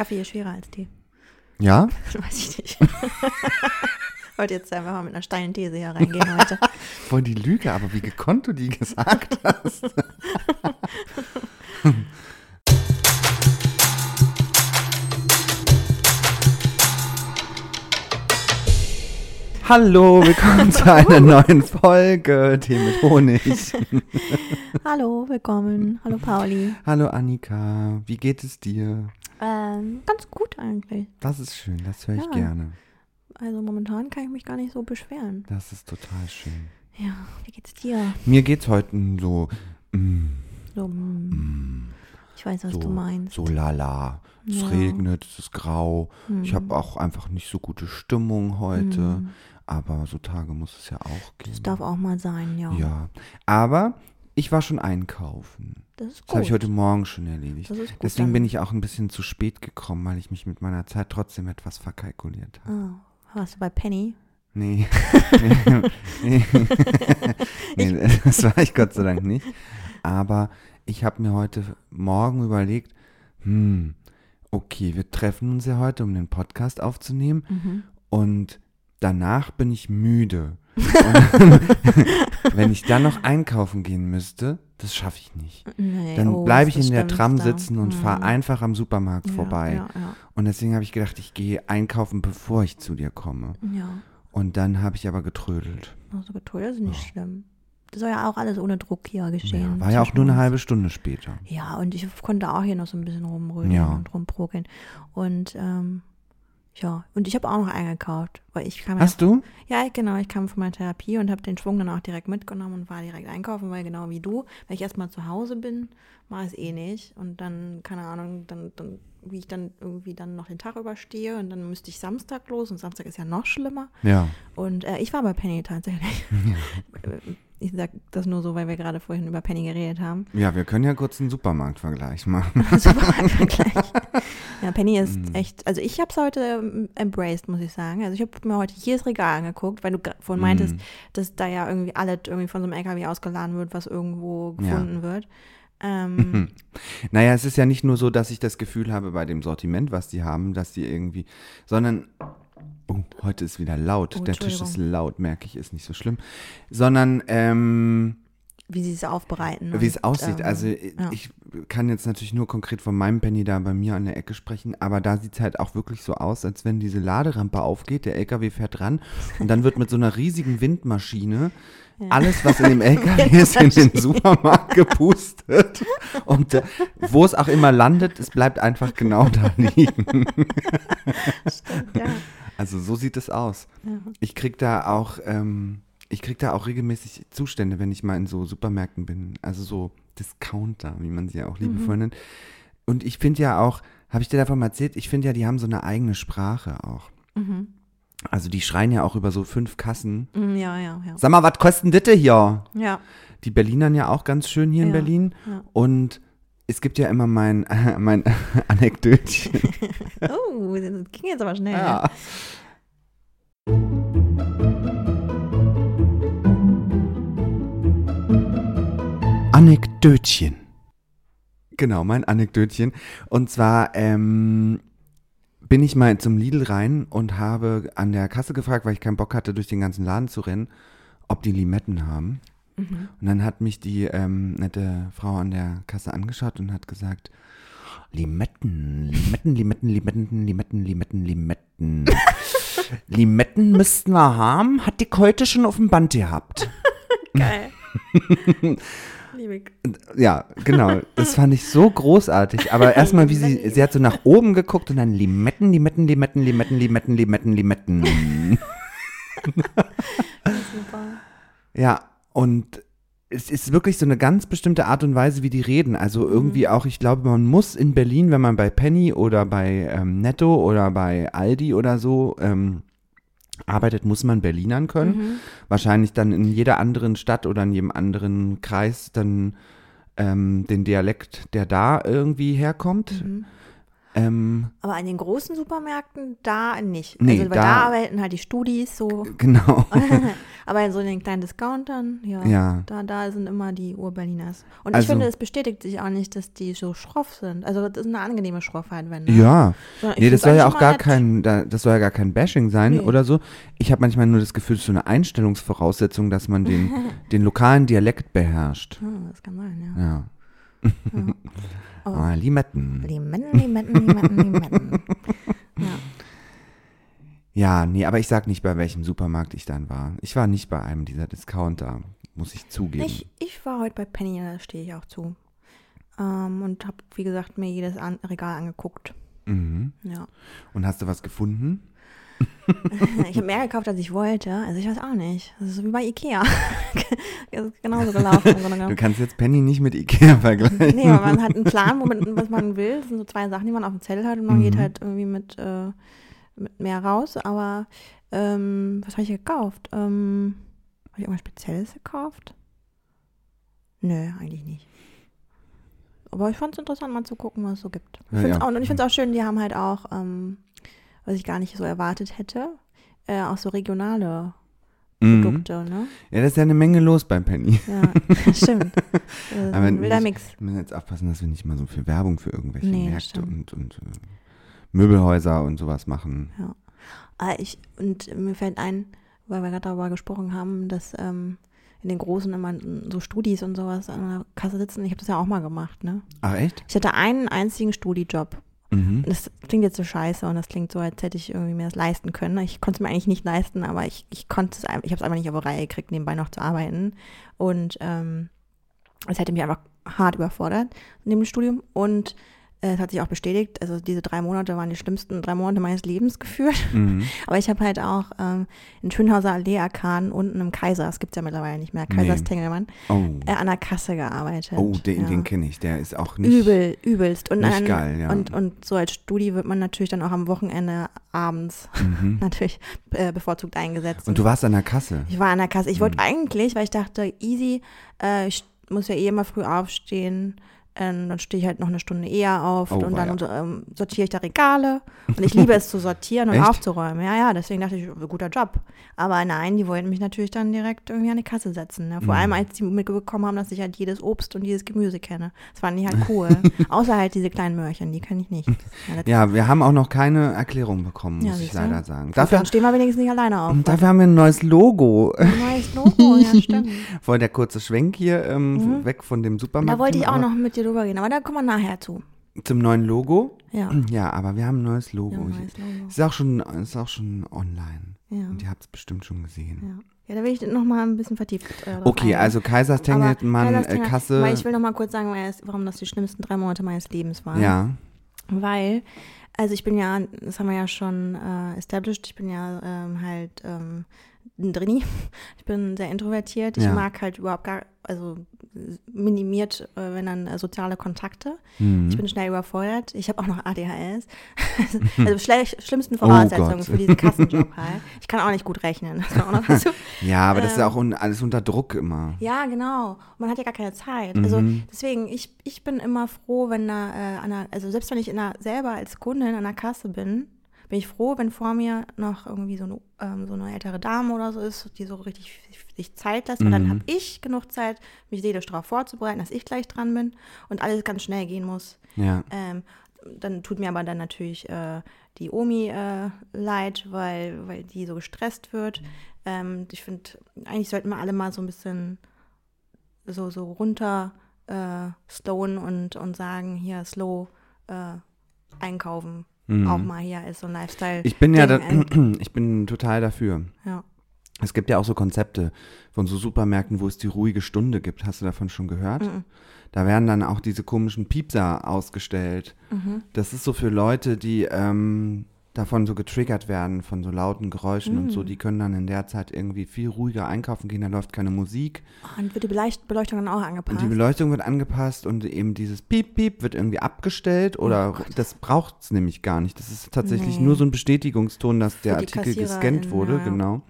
Kaffee ist schwerer als Tee. Ja? Weiß ich nicht. Heute jetzt einfach mal mit einer steilen These hier reingehen heute. Voll die Lüge, aber wie gekonnt du die gesagt hast. Hallo, willkommen zu einer neuen Folge Tee mit Honig. Hallo, willkommen. Hallo Pauli. Hallo Annika, wie geht es dir? Ganz gut eigentlich. Das ist schön, das höre ich Ja. gerne. Also momentan kann ich mich gar nicht so beschweren. Das ist total schön. Ja, wie geht's dir? Mir geht's heute so, So, ich weiß, was so, du meinst. so lala. Es Ja. regnet, es ist grau. Ich Hm. habe auch einfach nicht so gute Stimmung heute. Aber so Tage muss es ja auch geben. Das darf auch mal sein, ja. Ja, aber ich war schon einkaufen. Das ist Das gut. habe ich heute Morgen schon erledigt. Das ist gut, Deswegen dann- bin ich auch ein bisschen zu spät gekommen, weil ich mich mit meiner Zeit trotzdem etwas verkalkuliert habe. Warst du bei Penny? Nee. nee. Nee, das war ich Gott sei Dank nicht. Aber ich habe mir heute Morgen überlegt, okay, wir treffen uns ja heute, um den Podcast aufzunehmen. Und danach bin ich müde. Und wenn ich dann noch einkaufen gehen müsste, das schaffe ich nicht. Nee, Dann bleibe ich das in der stimmt, Tram da. sitzen und fahre einfach am Supermarkt vorbei. Ja. Und deswegen habe ich gedacht, ich gehe einkaufen, bevor ich zu dir komme. Ja. Und dann habe ich aber getrödelt. Also getrollt, das ist nicht schlimm. Das soll ja auch alles ohne Druck hier geschehen. Ja, war ja auch nur eine zwischen uns. halbe Stunde später. Ja, und ich konnte auch hier noch so ein bisschen rumrödeln Ja. und rumprokeln. Und ja, und ich habe auch noch eingekauft, weil ich kam Hast du? Ja, genau, ich kam von meiner Therapie und habe den Schwung dann auch direkt mitgenommen und war direkt einkaufen, weil genau wie du, wenn ich erstmal zu Hause bin, mache ich es eh nicht. Und dann, keine Ahnung, dann wie ich dann irgendwie dann noch den Tag überstehe und dann müsste ich Samstag los und Samstag ist ja noch schlimmer. Ja. Und ich war bei Penny tatsächlich. Ich sag das nur so, weil wir gerade vorhin über Penny geredet haben. Ja, wir können ja kurz einen Supermarktvergleich machen. Supermarktvergleich. Ja, Penny ist echt, also ich habe es heute embraced, muss ich sagen. Also ich habe mir heute jedes Regal angeguckt, weil du vorhin meintest, dass da ja irgendwie alles irgendwie von so einem LKW ausgeladen wird, was irgendwo gefunden wird. Naja, es ist ja nicht nur so, dass ich das Gefühl habe bei dem Sortiment, was die haben, dass die irgendwie, sondern, heute ist wieder laut, der Tisch ist laut, merke ich, ist nicht so schlimm, sondern, wie sie es aufbereiten. wie es und, aussieht. Also ja. ich kann jetzt natürlich nur konkret von meinem Penny da bei mir an der Ecke sprechen, aber da sieht es halt auch wirklich so aus, als wenn diese Laderampe aufgeht, der LKW fährt ran und dann wird mit so einer riesigen Windmaschine alles, was in dem LKW ist, in den Supermarkt gepustet. Und wo es auch immer landet, es bleibt einfach genau da liegen. Ja. Also so sieht es aus. Ja. Ich krieg da auch regelmäßig Zustände, wenn ich mal in so Supermärkten bin. Also so Discounter, wie man sie ja auch liebevoll nennt. Und ich finde ja auch, habe ich dir davon mal erzählt, ich finde ja, die haben so eine eigene Sprache auch. Also die schreien ja auch über so 5 Kassen. Ja. Sag mal, was kostet denn das hier? Ja. Die Berlinern ja auch ganz schön hier in Ja, Berlin. ja. Und es gibt ja immer mein Anekdötchen. Oh, das ging jetzt aber schnell. Ja. Anekdötchen. Genau, mein Anekdötchen. Und zwar bin ich mal zum Lidl rein und habe an der Kasse gefragt, weil ich keinen Bock hatte, durch den ganzen Laden zu rennen, ob die Limetten haben. Und dann hat mich die nette Frau an der Kasse angeschaut und hat gesagt, Limetten. Limetten müssten wir haben, hat die heute schon auf dem Band gehabt. Geil. Liebig. Ja, genau. Das fand ich so großartig. Aber erstmal, wie sie hat so nach oben geguckt und dann Limetten. Super. Ja, und es ist wirklich so eine ganz bestimmte Art und Weise, wie die reden. Also irgendwie auch, ich glaube, man muss in Berlin, wenn man bei Penny oder bei Netto oder bei Aldi oder so arbeitet, muss man Berlinern können. Wahrscheinlich dann in jeder anderen Stadt oder in jedem anderen Kreis dann den Dialekt, der da irgendwie herkommt. Aber an den großen Supermärkten da nicht. Nee, also weil da da arbeiten halt die Studis so. Genau. Aber so in den kleinen Discountern, Ja. da sind immer die Ur-Berliners. Und Also- ich finde, es bestätigt sich auch nicht, dass die so schroff sind. Also das ist eine angenehme Schroffheit, wenn. Ne? Ja. Sondern ich Nee, das find's soll ja eigentlich auch gar immer nett. das soll ja gar kein Bashing sein Nee. oder so. Ich habe manchmal nur das Gefühl, es ist so eine Einstellungsvoraussetzung, dass man den lokalen Dialekt beherrscht. Das kann sein, ja. Ja. Oh. Limetten. Limetten. Ja. Ja, nee, aber ich sag nicht, bei welchem Supermarkt ich dann war. Ich war nicht bei einem dieser Discounter, muss ich zugeben. Ich war heute bei Penny, da stehe ich auch zu. Und habe, wie gesagt, mir jedes Regal angeguckt. Mhm. Ja. Und hast du was gefunden? Ich habe mehr gekauft, als ich wollte. Also ich weiß auch nicht. Das ist so wie bei Ikea. Das ist genauso gelaufen. Im Grunde Du genommen. kannst jetzt Penny nicht mit Ikea vergleichen. Nee, aber man hat einen Plan, was man will. Das sind so 2 Sachen, die man auf dem Zettel hat und man geht halt irgendwie mit mehr raus. Aber was habe ich gekauft? Habe ich irgendwas Spezielles gekauft? Nö, eigentlich nicht. Aber ich fand es interessant, mal zu gucken, was es so gibt. Ich Ja, finde es ja. auch, und ich finde es auch schön, die haben halt auch, was ich gar nicht so erwartet hätte, auch so regionale Mhm. Produkte, ne? Ja, das ist ja eine Menge los beim Penny. Ja, stimmt. Das ist Aber ein wilder Mix. wir müssen jetzt aufpassen, dass wir nicht mal so viel Werbung für irgendwelche Nee, das Märkte stimmt. und Möbelhäuser und sowas machen. Ja. Und mir fällt ein, weil wir gerade darüber gesprochen haben, dass in den Großen immer so Studis und sowas an der Kasse sitzen. Ich habe das ja auch mal gemacht, ne? Ach echt? Ich hatte einen einzigen Studi-Job. Mhm. Das klingt jetzt so scheiße und das klingt so, als hätte ich irgendwie mir das leisten können. Ich konnte es mir eigentlich nicht leisten, aber ich konnte es, ich habe es einfach nicht auf die Reihe gekriegt, nebenbei noch zu arbeiten. Und es hätte mich einfach hart überfordert neben dem Studium. Und es hat sich auch bestätigt, also diese 3 Monate waren die schlimmsten 3 Monate meines Lebens gefühlt. Mhm. Aber ich habe halt auch in Schönhauser Allee Arkan unten im Kaiser, das gibt es ja mittlerweile nicht mehr, Kaisers Nee. Tengelmann, Oh, an der Kasse gearbeitet. den ja. kenne ich. Der ist auch nicht. Übelst. Und nicht geil, ja. Und so als Studi wird man natürlich dann auch am Wochenende abends Mhm. natürlich bevorzugt eingesetzt. Und du warst an der Kasse. Ich war an der Kasse. Ich wollte eigentlich, weil ich dachte, easy, ich muss ja eh immer früh aufstehen, dann stehe ich halt noch eine Stunde eher auf Oh, und weia. dann sortiere ich da Regale. Und ich liebe es zu sortieren und Echt? aufzuräumen. Ja, deswegen dachte ich, guter Job. Aber nein, die wollten mich natürlich dann direkt irgendwie an die Kasse setzen. Ne? Vor allem, als die mitbekommen haben, dass ich halt jedes Obst und jedes Gemüse kenne. Das fanden die halt cool. Außer halt diese kleinen Möhrchen, die kenne ich nicht. Ja, wir haben auch noch keine Erklärung bekommen, Ja, muss ich siehst du? leider sagen. Dann stehen wir wenigstens nicht alleine auf. Dafür haben wir ein neues Logo. Ein neues Logo, ja, stimmt. Voll der kurze Schwenk hier weg von dem Supermarkt. Da wollte ich auch aber noch mit dir drüber gehen, aber da kommen wir nachher zu. Zum neuen Logo. Ja. Ja, aber wir haben ein neues Ja, Logo. ein neues Logo. Ist auch schon online. Ja. Und ihr habt es bestimmt schon gesehen. Ja. Ja, da will ich noch mal ein bisschen vertieft drauf Okay, eingehen. also Kaisers Tengelmann, Aber Kaiserslautern, Kasse. Weil ich will noch mal kurz sagen, warum das die schlimmsten 3 Monate meines Lebens waren. Ja. Weil, also ich bin ja, das haben wir ja schon established, ich bin ja halt ein Drini. Ich bin sehr introvertiert. Ich Ja. mag halt überhaupt also minimiert, wenn dann soziale Kontakte. Mhm. Ich bin schnell überfordert. Ich habe auch noch ADHS. Also schlimmsten Voraussetzungen Gott. für diesen Kassenjob halt. Ich kann auch nicht gut rechnen. Das kommt auch noch dazu. Ja, aber das ist auch alles unter Druck immer. Ja, genau. Man hat ja gar keine Zeit. Also deswegen, ich bin immer froh, wenn da, also selbst wenn ich selber als Kundin an der Kasse bin ich froh, wenn vor mir noch irgendwie so eine ältere Dame oder so ist, die so richtig sich Zeit lässt, weil dann habe ich genug Zeit, mich seelisch darauf vorzubereiten, dass ich gleich dran bin und alles ganz schnell gehen muss. Ja. Dann tut mir aber dann natürlich die Omi leid, weil die so gestresst wird. Ich finde, eigentlich sollten wir alle mal so ein bisschen so runter slowen und sagen, hier slow einkaufen. Auch mal hier ist so ein Lifestyle. Ich bin ich bin total dafür. Ja. Es gibt ja auch so Konzepte von so Supermärkten, wo es die ruhige Stunde gibt. Hast du davon schon gehört? Da werden dann auch diese komischen Piepser ausgestellt. Das ist so für Leute, die davon so getriggert werden, von so lauten Geräuschen und so. Die können dann in der Zeit irgendwie viel ruhiger einkaufen gehen. Da läuft keine Musik. Und wird die Beleuchtung dann auch angepasst? Und die Beleuchtung wird angepasst und eben dieses Piep, Piep wird irgendwie abgestellt oder das braucht es nämlich gar nicht. Das ist tatsächlich nur so ein Bestätigungston, dass der die Artikel gescannt wurde, ja. genau.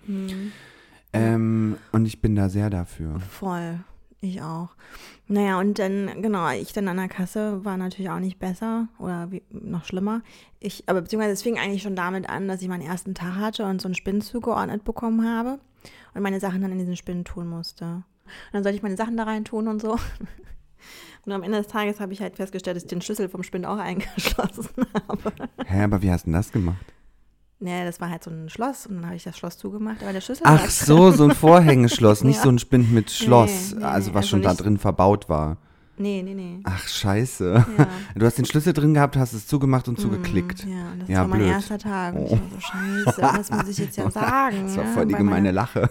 Und ich bin da sehr dafür. Voll, ich auch. Naja, und dann, genau, ich dann an der Kasse war natürlich auch nicht besser oder noch schlimmer. Aber beziehungsweise es fing eigentlich schon damit an, dass ich meinen ersten Tag hatte und so einen Spind zugeordnet bekommen habe. und meine Sachen dann in diesen Spind tun musste. Und dann sollte ich meine Sachen da rein tun und so. Und am Ende des Tages habe ich halt festgestellt, dass ich den Schlüssel vom Spind auch eingeschlossen habe. Hä, aber wie hast du denn das gemacht? Nee, das war halt so ein Schloss und dann habe ich das Schloss zugemacht, aber der Schlüssel Ach war so ein Vorhängeschloss, nicht Ja. so ein Spind mit Schloss, Nee, also was also schon da nicht- drin verbaut war. Nee. Ach, scheiße. Ja. Du hast den Schlüssel drin gehabt, hast es zugemacht und zugeklickt. Ja, das Ja, war mein blöd. erster Tag. Und Oh. ich war so, scheiße, das muss ich jetzt ja sagen. Das war ja, voll die bei gemeine Lache.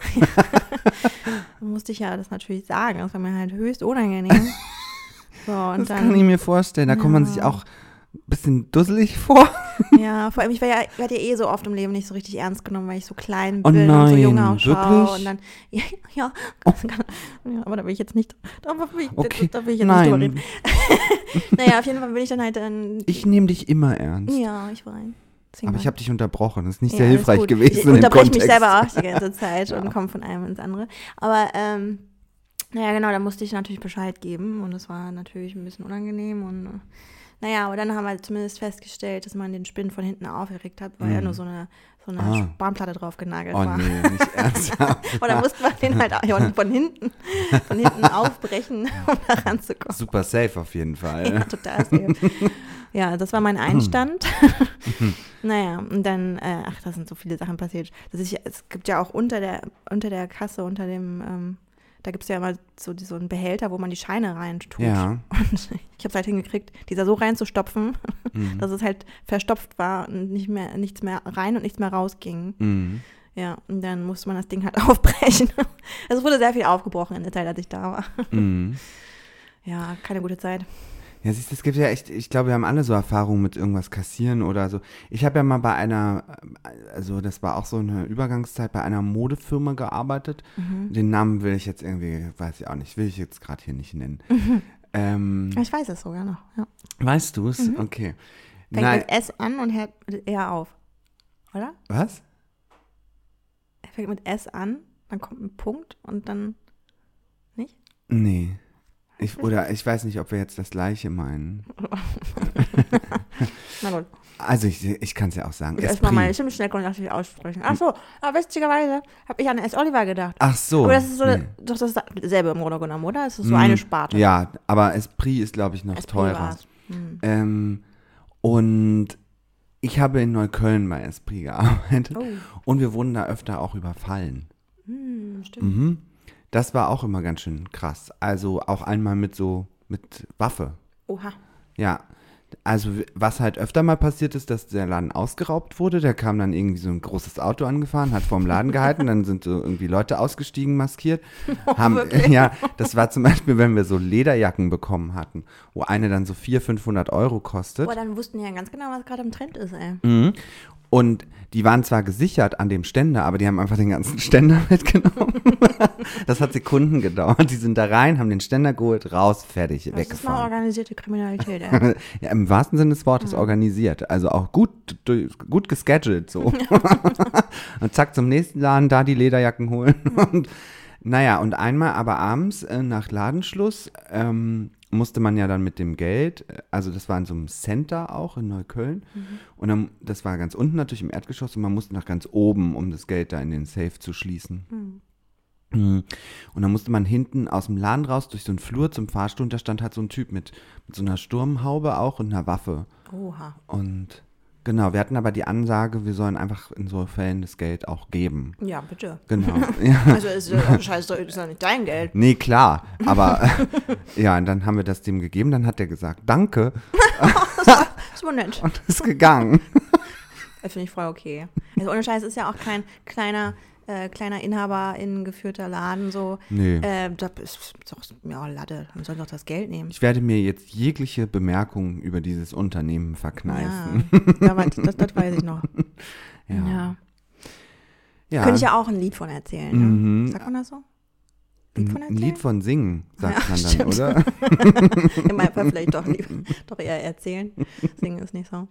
Dann musste ich ja das natürlich sagen. Das war mir halt höchst unangenehm. So, und Das dann, kann ich mir vorstellen, da kommt man sich Ja. auch ein bisschen dusselig vor. ja, vor allem, ich werde ja so oft im Leben nicht so richtig ernst genommen, weil ich so klein Oh bin und so jung nein, ausschaue. wirklich? Und dann, ja, aber da will ich jetzt nicht, da will ich, Okay, da will ich jetzt nicht drüber nein, reden. Naja, auf jeden Fall bin ich dann halt ich nehme dich immer ernst. ja, ich war ein Aber ich habe dich unterbrochen, das ist nicht Ja, sehr alles hilfreich gut. gewesen Ich in dem unterbreche Kontext. mich selber auch die ganze Zeit Ja. und komme von einem ins andere. Aber naja, genau, da musste ich natürlich Bescheid geben und das war natürlich ein bisschen unangenehm und naja, aber dann haben wir zumindest festgestellt, dass man den Spind von hinten aufgeregt hat, weil ja nur so eine Ah. Spanplatte drauf genagelt Oh war. nee, nicht ernsthaft. Und dann mussten wir den halt auch von hinten aufbrechen, um da ranzukommen. Super safe auf jeden Fall. Ja, total safe. Ja, das war mein Einstand. Naja, und dann, da sind so viele Sachen passiert. Es gibt ja auch unter der Kasse, unter dem, da gibt es ja immer so einen Behälter, wo man die Scheine reintut. Ja. Und ich habe es halt hingekriegt, dieser so reinzustopfen, Mhm. dass es halt verstopft war und nichts mehr rein und nichts mehr rausging. Mhm. Ja, und dann musste man das Ding halt aufbrechen. Also es wurde sehr viel aufgebrochen in der Zeit, als ich da war. Mhm. Ja, keine gute Zeit. Ja, siehst du, es gibt ja echt, ich glaube, wir haben alle so Erfahrungen mit irgendwas kassieren oder so. Ich habe ja mal bei also das war auch so eine Übergangszeit, bei einer Modefirma gearbeitet. Den Namen will ich jetzt irgendwie, weiß ich auch nicht, will ich jetzt gerade hier nicht nennen. Ich weiß es sogar noch, ja. Weißt du es? Okay. Fängt Nein, mit S an und hört mit R auf, oder? was? Er fängt mit S an, dann kommt ein Punkt und dann nicht? Nee. Ich weiß nicht, ob wir jetzt das Gleiche meinen. Na gut. Also ich kann es ja auch sagen. Erstmal Esprit. meine Stimmstärke nicht aussprechen. Ach so, aber witzigerweise habe ich an S. Oliver gedacht. Ach so. Aber das ist so, nee. doch das ist dasselbe im Grunde genommen, oder? Es ist so eine Sparte. Ja, aber Esprit ist, glaube ich, noch Esprit teurer. war's. Hm. Und ich habe in Neukölln bei Esprit gearbeitet Oh. und wir wurden da öfter auch überfallen. Stimmt. Mhm. Das war auch immer ganz schön krass. Also auch einmal mit Waffe. Oha. Ja, also was halt öfter mal passiert ist, dass der Laden ausgeraubt wurde. Da kam dann irgendwie so ein großes Auto angefahren, hat vorm Laden gehalten, dann sind so irgendwie Leute ausgestiegen, maskiert. Wirklich? Ja, das war zum Beispiel, wenn wir so Lederjacken bekommen hatten, wo eine dann so 400-500 Euro kostet. Boah, dann wussten die ja ganz genau, was gerade im Trend ist, ey. Mhm. Und die waren zwar gesichert an dem Ständer, aber die haben einfach den ganzen Ständer mitgenommen. Das hat Sekunden gedauert. Die sind da rein, haben den Ständer geholt, raus, fertig, Das ist mal weggefahren. organisierte Kriminalität, ey. Ja, im wahrsten Sinne des Wortes organisiert. Also auch gut gescheduled so. Und zack, zum nächsten Laden, da die Lederjacken holen. Und naja, und einmal aber abends nach Ladenschluss musste man ja dann mit dem Geld, also das war in so einem Center auch in Neukölln. Und dann, das war ganz unten natürlich im Erdgeschoss und man musste nach ganz oben, um das Geld da in den Safe zu schließen. Und dann musste man hinten aus dem Laden raus durch so einen Flur zum Fahrstuhl und da stand halt so ein Typ mit so einer Sturmhaube auch und einer Waffe. Oha. Und genau, wir hatten aber die Ansage, wir sollen einfach in so Fällen das Geld auch geben. Ja, bitte. Genau. Ja. Also ist ja scheiße, ist ja nicht dein Geld. Nee, klar, aber ja, und dann haben wir das dem gegeben, dann hat der gesagt, danke, Das war nett. und ist gegangen. Das finde ich voll okay. Also ohne Scheiß ist ja auch kein kleiner Inhaber geführter Laden so. Nee. Das ist doch, ja, Latte, dann soll doch das Geld nehmen. Ich werde mir jetzt jegliche Bemerkung über dieses Unternehmen verkneifen. Ja, aber das weiß ich noch. Ja. Ja. Könnte ich ja auch ein Lied von erzählen. Mhm. Ne? Sagt man das so? Lied von Ein erzählen? Lied von singen, sagt Ja, man dann, stimmt. oder? In meinem Fall vielleicht doch eher erzählen. Singen ist nicht so.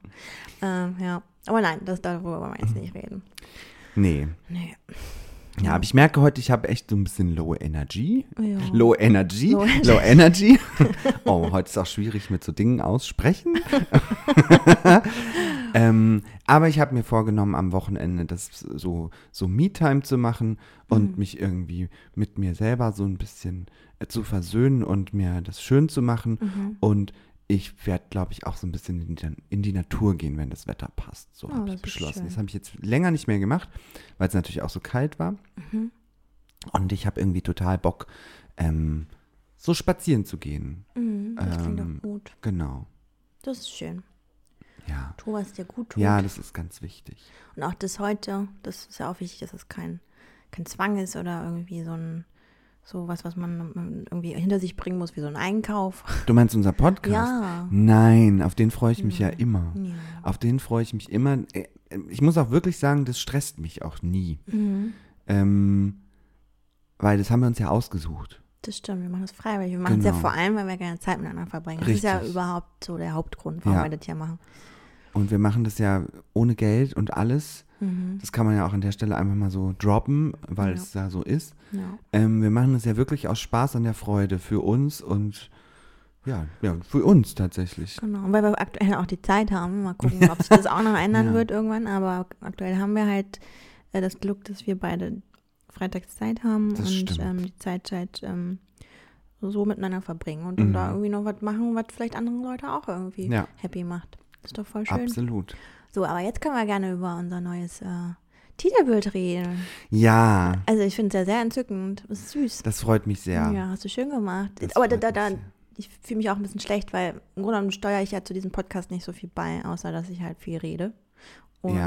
Ja. Aber nein, darüber wollen wir jetzt nicht reden. Nee. Nee. Ja, aber ich merke heute, ich habe echt so ein bisschen Low Energy. Ja. Low Energy? Low Energy. Low Energy. Oh, heute ist auch schwierig mit so Dingen aussprechen. Aber ich habe mir vorgenommen, am Wochenende das so Me-Time zu machen und mich irgendwie mit mir selber so ein bisschen zu versöhnen und mir das schön zu machen. Und ich werde, glaube ich, auch so ein bisschen in die Natur gehen, wenn das Wetter passt. So habe ich beschlossen. Das habe ich jetzt länger nicht mehr gemacht, weil es natürlich auch so kalt war. Und ich habe irgendwie total Bock, so spazieren zu gehen. Das klingt doch gut. Genau. Das ist schön. Ja. Tu, was dir gut tut. Ja, das ist ganz wichtig. Und auch das heute, das ist ja auch wichtig, dass es kein Zwang ist oder irgendwie was man irgendwie hinter sich bringen muss, wie so ein Einkauf. Du meinst unser Podcast? Ja. Nein, auf den freue ich mich ja immer. Ja. Auf den freue ich mich immer. Ich muss auch wirklich sagen, das stresst mich auch nie. Weil das haben wir uns ja ausgesucht. Das stimmt, wir machen das freiwillig. Wir machen es ja vor allem, weil wir gerne Zeit miteinander verbringen. Das ist ja überhaupt so der Hauptgrund, warum wir das hier machen. Und wir machen das ja ohne Geld und alles. Das kann man ja auch an der Stelle einfach mal so droppen, weil es da so ist. Ja. Wir machen das ja wirklich aus Spaß an der Freude für uns und ja, für uns tatsächlich. Genau, und weil wir aktuell auch die Zeit haben. Mal gucken, ob sich das auch noch ändern wird irgendwann. Aber aktuell haben wir halt das Glück, dass wir beide freitags Zeit haben Das und stimmt. die Zeit so miteinander verbringen und da irgendwie noch was machen, was vielleicht andere Leute auch irgendwie happy macht. Das ist doch voll schön. Absolut. So, aber jetzt können wir gerne über unser neues Titelbild reden. Ja. Also ich finde es ja sehr entzückend. Das ist süß. Das freut mich sehr. Ja, hast du schön gemacht. Das Aber freut mich sehr. ich fühle mich auch ein bisschen schlecht, weil im Grunde genommen steuere ich ja zu diesem Podcast nicht so viel bei, außer dass ich halt viel rede. Und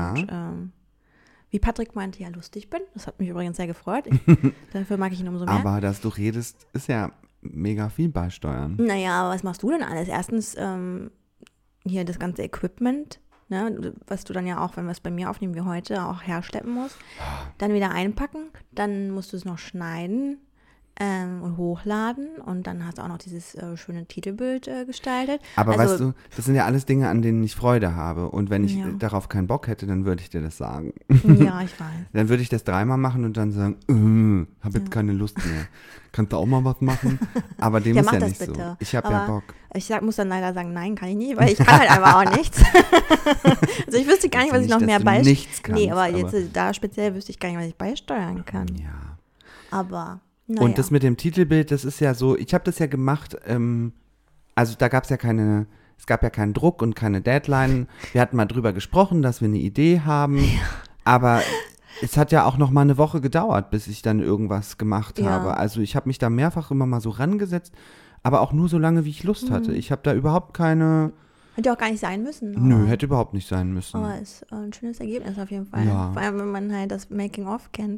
wie Patrick meinte, ja lustig bin. Das hat mich übrigens sehr gefreut. Dafür mag ich ihn umso mehr. Aber dass du redest, ist ja mega viel beisteuern. Naja, aber was machst du denn alles? Erstens hier das ganze Equipment, ne, was du dann ja auch, wenn wir es bei mir aufnehmen wie heute, auch herschleppen musst. Dann wieder einpacken, dann musst du es noch schneiden und hochladen und dann hast du auch noch dieses schöne Titelbild gestaltet. Aber also, weißt du, das sind ja alles Dinge, an denen ich Freude habe. Und wenn ich darauf keinen Bock hätte, dann würde ich dir das sagen. Ja, ich weiß. Dann würde ich das 3-mal machen und dann sagen, habe jetzt keine Lust mehr. Kannst du auch mal was machen? Aber dem ist mach ja das nicht bitte. so. Ich habe ja Bock. Ich muss dann leider sagen, nein, kann ich nicht, weil ich kann halt einfach auch nichts. Also ich wüsste gar nicht, was ich noch mehr beisteuern kann. Nee, aber jetzt da speziell wüsste ich gar nicht, was ich beisteuern kann. Ja. Aber Und das mit dem Titelbild, das ist ja so, ich habe das ja gemacht, also da gab es ja keinen Druck und keine Deadline. Wir hatten mal drüber gesprochen, dass wir eine Idee haben, aber es hat ja auch noch mal eine Woche gedauert, bis ich dann irgendwas gemacht habe. Also ich habe mich da mehrfach immer mal so rangesetzt, aber auch nur so lange, wie ich Lust hatte. Ich habe da überhaupt keine... Hätte auch gar nicht sein müssen. Nö, hätte überhaupt nicht sein müssen. Aber ist ein schönes Ergebnis auf jeden Fall. Ja. Vor allem, wenn man halt das Making-of kennt.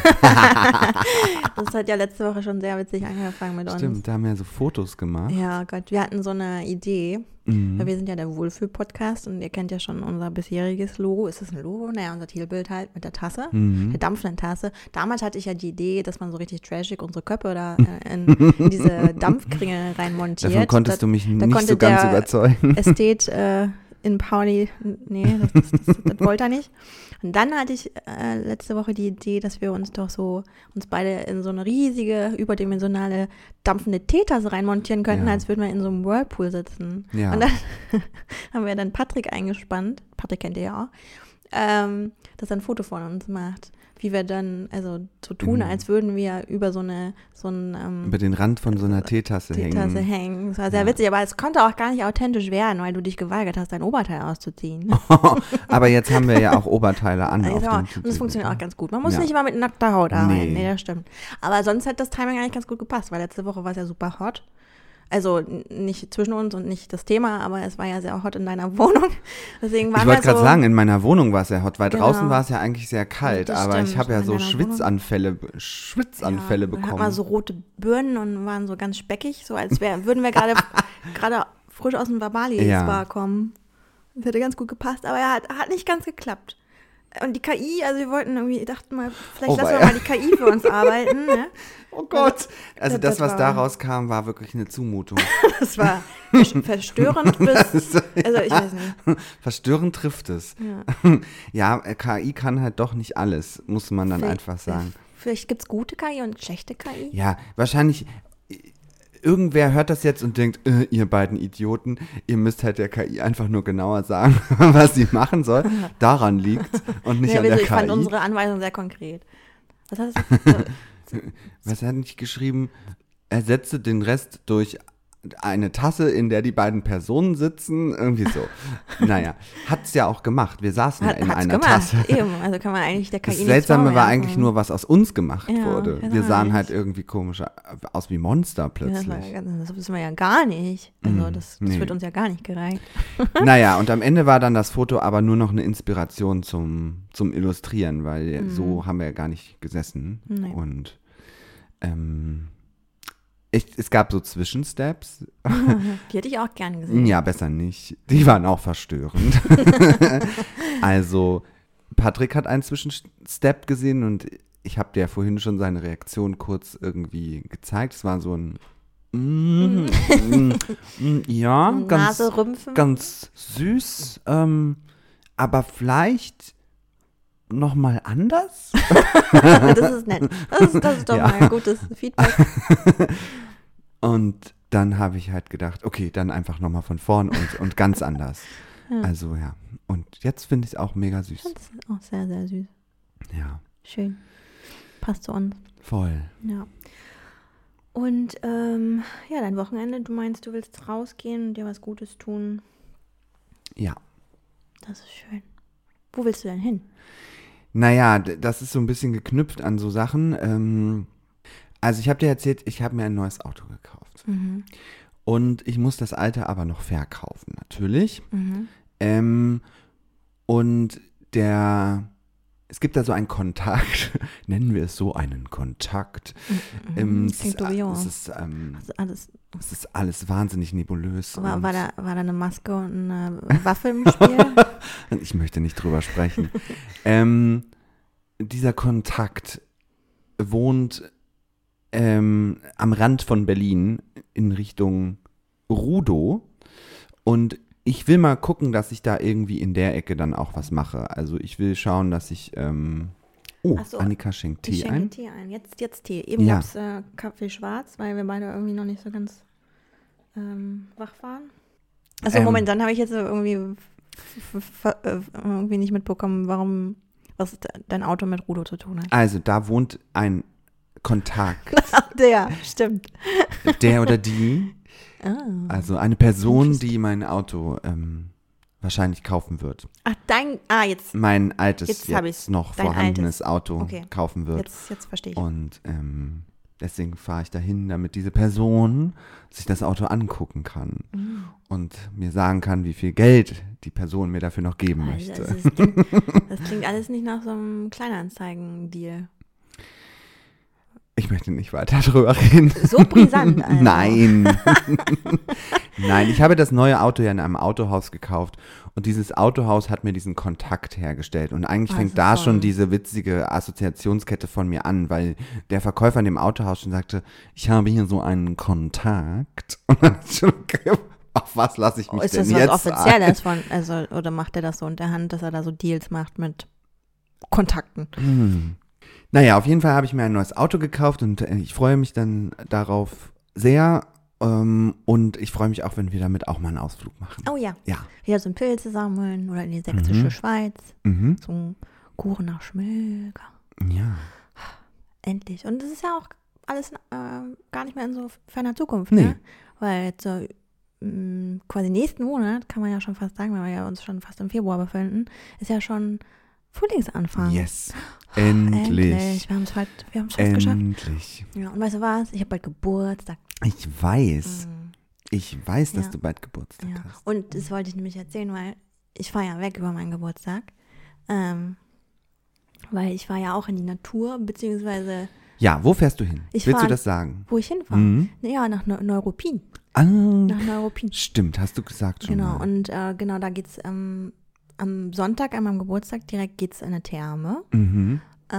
Das hat ja letzte Woche schon sehr witzig angefangen mit uns. Stimmt, da haben wir ja so Fotos gemacht. Ja, Gott, wir hatten so eine Idee. Weil wir sind ja der Wohlfühl-Podcast und ihr kennt ja schon unser bisheriges Logo. Ist das ein Logo? Naja, unser Titelbild halt mit der Tasse, der dampfenden Tasse. Damals hatte ich ja die Idee, dass man so richtig trashig unsere Köpfe da in diese Dampfkringel reinmontiert. Davon konntest du mich nicht so ganz überzeugen. Ästhet in Pauli, nee, das wollte er nicht. Und dann hatte ich letzte Woche die Idee, dass wir uns beide in so eine riesige, überdimensionale, dampfende Teetasse reinmontieren könnten, als würden wir in so einem Whirlpool sitzen. Ja. Und dann haben wir dann Patrick eingespannt, Patrick kennt ihr ja auch, dass er ein Foto von uns macht. Wie wir dann, also so tun, als würden wir über über den Rand von so einer Teetasse hängen. Das war sehr witzig, aber es konnte auch gar nicht authentisch werden, weil du dich geweigert hast, dein Oberteil auszuziehen. Aber jetzt haben wir ja auch Oberteile an. Und das funktioniert auch ganz gut. Man muss nicht immer mit nackter Haut arbeiten. Nee, das stimmt. Aber sonst hat das Timing eigentlich ganz gut gepasst, weil letzte Woche war es ja super hot. Also nicht zwischen uns und nicht das Thema, aber es war ja sehr hot in deiner Wohnung. Deswegen waren ich wollte gerade sagen, in meiner Wohnung war es sehr hot, weil Genau. draußen war es ja eigentlich sehr kalt. Das aber stimmt, ich habe ja in so deiner Schwitzanfälle Man bekommen. hat mal so rote Birnen und waren so ganz speckig, so als würden wir gerade frisch aus dem Verbali-Spa kommen. Das hätte ganz gut gepasst, aber er hat nicht ganz geklappt. Und die KI, also wir dachten mal, vielleicht lassen wir mal die KI für uns arbeiten. Ne? Oh Gott. Also das, was da rauskam, war wirklich eine Zumutung. Das war verstörend also ich weiß nicht. Verstörend trifft es. Ja, KI kann halt doch nicht alles, muss man dann einfach sagen. Vielleicht gibt es gute KI und schlechte KI. Ja, wahrscheinlich irgendwer hört das jetzt und denkt, ihr beiden Idioten, ihr müsst halt der KI einfach nur genauer sagen, was sie machen soll. Daran liegt's und nicht an der KI. Ich fand unsere Anweisung sehr konkret. Was hast du? Was hat nicht geschrieben? Ersetze den Rest durch eine Tasse, in der die beiden Personen sitzen, irgendwie so. Naja, hat's ja auch gemacht. Wir saßen ja in einer Tasse. Eben, also kann man eigentlich der KI Das nichts Seltsame war vorwerfen. eigentlich nur, was aus uns gemacht wurde. genau. Wir sahen halt irgendwie komisch aus wie Monster plötzlich. Das wissen wir ja gar nicht. Also das wird uns ja gar nicht gereicht. Naja, und am Ende war dann das Foto aber nur noch eine Inspiration zum Illustrieren, weil so haben wir ja gar nicht gesessen. Nee. Und es gab so Zwischensteps. Die hätte ich auch gern gesehen. Ja, besser nicht. Die waren auch verstörend. Also, Patrick hat einen Zwischenstep gesehen und ich habe dir ja vorhin schon seine Reaktion kurz irgendwie gezeigt. Es war so ein ja, Naserümpfen. ganz süß, aber vielleicht noch mal anders? Das ist nett. Das ist doch mal ein gutes Feedback. Und dann habe ich halt gedacht, okay, dann einfach nochmal von vorn und ganz anders. Ja. Also ja, und jetzt finde ich es auch mega süß. Das ist auch sehr, sehr süß. Ja, Schön. Passt zu uns. voll. Ja. Und ja, dein Wochenende, du meinst, du willst rausgehen und dir was Gutes tun. Ja. Das ist schön. Wo willst du denn hin? Naja, das ist so ein bisschen geknüpft an so Sachen. Also ich habe dir erzählt, ich habe mir ein neues Auto gekauft. Mhm. Und ich muss das alte aber noch verkaufen, natürlich. Mhm. Und es gibt da so einen Kontakt, nennen wir es so, einen Kontakt. Das klingt dubios. Es ist alles wahnsinnig nebulös. War da eine Maske und eine Waffe im Spiel? Ich möchte nicht drüber sprechen. Dieser Kontakt wohnt am Rand von Berlin in Richtung Rudow und ich will mal gucken, dass ich da irgendwie in der Ecke dann auch was mache. Also ich will schauen, dass ich Ach so, Annika schenkt Tee ich ein. schenke Tee ein. Jetzt Tee. Eben Ja. gab es Kaffee schwarz, weil wir beide irgendwie noch nicht so ganz wach waren. Also Moment, dann habe ich jetzt irgendwie nicht mitbekommen, was dein Auto mit Rudo zu tun hat. Also da wohnt ein Kontakt, Der, stimmt. der oder die, also eine Person, die mein Auto wahrscheinlich kaufen wird. Ach, jetzt. Mein altes, Jetzt hab jetzt ich's. noch Dein vorhandenes Auto Okay. kaufen wird. Jetzt verstehe ich. Und deswegen fahre ich dahin, damit diese Person sich das Auto angucken kann und mir sagen kann, wie viel Geld die Person mir dafür noch geben möchte. Das klingt alles nicht nach so einem Kleinanzeigen-Deal. Ich möchte nicht weiter drüber reden. So brisant, Alter. Nein. Nein, ich habe das neue Auto ja in einem Autohaus gekauft und dieses Autohaus hat mir diesen Kontakt hergestellt und eigentlich fängt da schon diese witzige Assoziationskette von mir an, weil der Verkäufer in dem Autohaus schon sagte, ich habe hier so einen Kontakt und dann schon, auf was lasse ich mich Ist denn das jetzt was Offizielles oder macht er das so unter Hand, dass er da so Deals macht mit Kontakten? Naja, auf jeden Fall habe ich mir ein neues Auto gekauft und ich freue mich dann darauf sehr und ich freue mich auch, wenn wir damit auch mal einen Ausflug machen. Oh ja. Ja. Wieder so ein Pilze sammeln oder in die sächsische Schweiz. Mhm. So ein Kuchen nach Schmöger. Ja. Endlich. Und das ist ja auch alles gar nicht mehr in so ferner Zukunft, Nee. ne? Weil jetzt so quasi nächsten Monat, kann man ja schon fast sagen, weil wir ja uns schon fast im Februar befinden, ist ja schon Frühlingsanfang. Yes. Endlich. Wir haben es fast geschafft. Endlich. Ja, und weißt du was? Ich habe bald Geburtstag. Ich weiß. Ich weiß, dass Ja. du bald Geburtstag Ja. hast. Und das wollte ich nämlich erzählen, weil ich fahre ja weg über meinen Geburtstag. Weil ich fahre ja auch in die Natur, beziehungsweise Ja, wo fährst du hin? Ich Willst du fahr- das sagen? wo ich hinfahre. Mhm. Ja, nach Neuruppin. Ah, Nach Neuruppin. stimmt, hast du gesagt schon Genau, mal. und genau, da geht's am Sonntag, an meinem Geburtstag, direkt geht's in eine Therme. Mhm.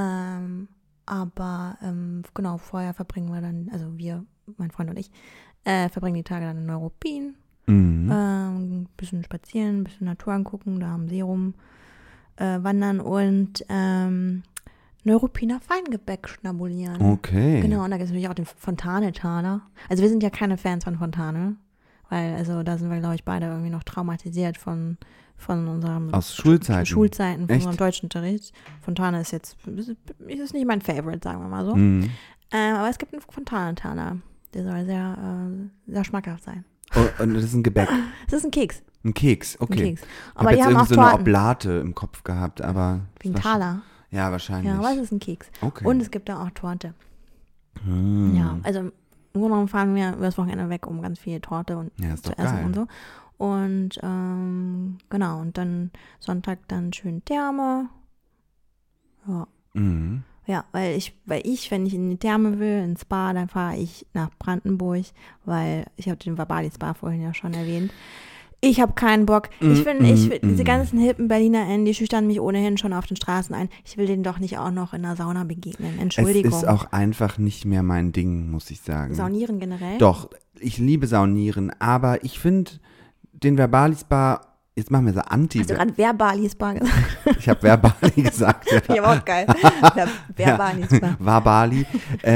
Aber genau, vorher verbringen wir dann, also wir, mein Freund und ich, verbringen die Tage dann in Neuruppin. Mhm. Ein bisschen spazieren, ein bisschen Natur angucken, da am See rum wandern und Neuruppiner Feingebäck schnabulieren. Okay. Genau, und da gibt es natürlich auch den Fontane-Taler. Also wir sind ja keine Fans von Fontane, weil also da sind wir, glaube ich, beide irgendwie noch traumatisiert von unserem Aus Schulzeiten. Von Echt? unserem Deutschunterricht. Fontane ist nicht mein Favorite, sagen wir mal so. Mhm. Aber es gibt einen Fontane-Taler. Der soll sehr schmackhaft sein. Oh, und das ist ein Gebäck. Es ist ein Keks. Ein Keks, okay. Ein Keks. Ich Aber habe die jetzt haben auch irgendwie so eine Torten. Oblate im Kopf gehabt, aber. Wie ein Taler. Ja, wahrscheinlich. Ja, aber es ist ein Keks. Okay. Und es gibt da auch Torte. Ja, also im Grunde genommen fahren wir über das Wochenende weg, um ganz viel Torte und Ja, ist zu doch essen geil. und so. Und genau, und dann Sonntag dann schön Therme. Ja. Mhm. Ja, weil ich, wenn ich in die Therme will, ins Spa, dann fahre ich nach Brandenburg, weil ich habe den Vabali Spa vorhin ja schon erwähnt. Ich habe keinen Bock. Ich finde, diese ganzen hippen BerlinerInnen, die schüchtern mich ohnehin schon auf den Straßen ein. Ich will denen doch nicht auch noch in der Sauna begegnen. Entschuldigung. Es ist auch einfach nicht mehr mein Ding, muss ich sagen. Saunieren generell? Doch, ich liebe Saunieren, aber ich finde den Verbali Spa, jetzt machen wir so Anti. Hast du gerade Verbali Spa gesagt? Ich habe Verbali gesagt. Ja. Ja, aber auch geil. Verbali Spa. Verbali.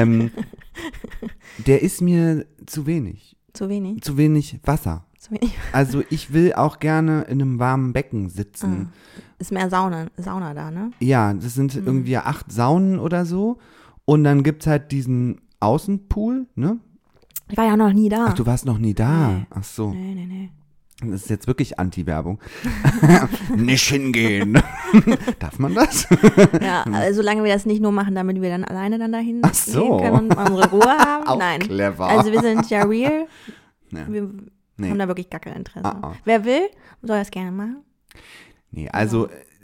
Der ist mir zu wenig. Zu wenig? Zu wenig Wasser. Zu wenig. Also ich will auch gerne in einem warmen Becken sitzen. Ist mehr Sauna da, ne? Ja, das sind irgendwie 8 Saunen oder so. Und dann gibt es halt diesen Außenpool, ne? Ich war ja noch nie da. Ach, du warst noch nie da. Nee. Ach so. Nee. Das ist jetzt wirklich Anti-Werbung. Nicht hingehen. Darf man das? Ja, also solange wir das nicht nur machen, damit wir dann alleine dann dahin Ach so. gehen können und unsere Ruhe haben. Auch Nein. clever. Also wir sind ja real. Ja. Wir Nee. haben da wirklich gar kein Interesse. Ah. Wer will, soll das gerne machen. Nee, also,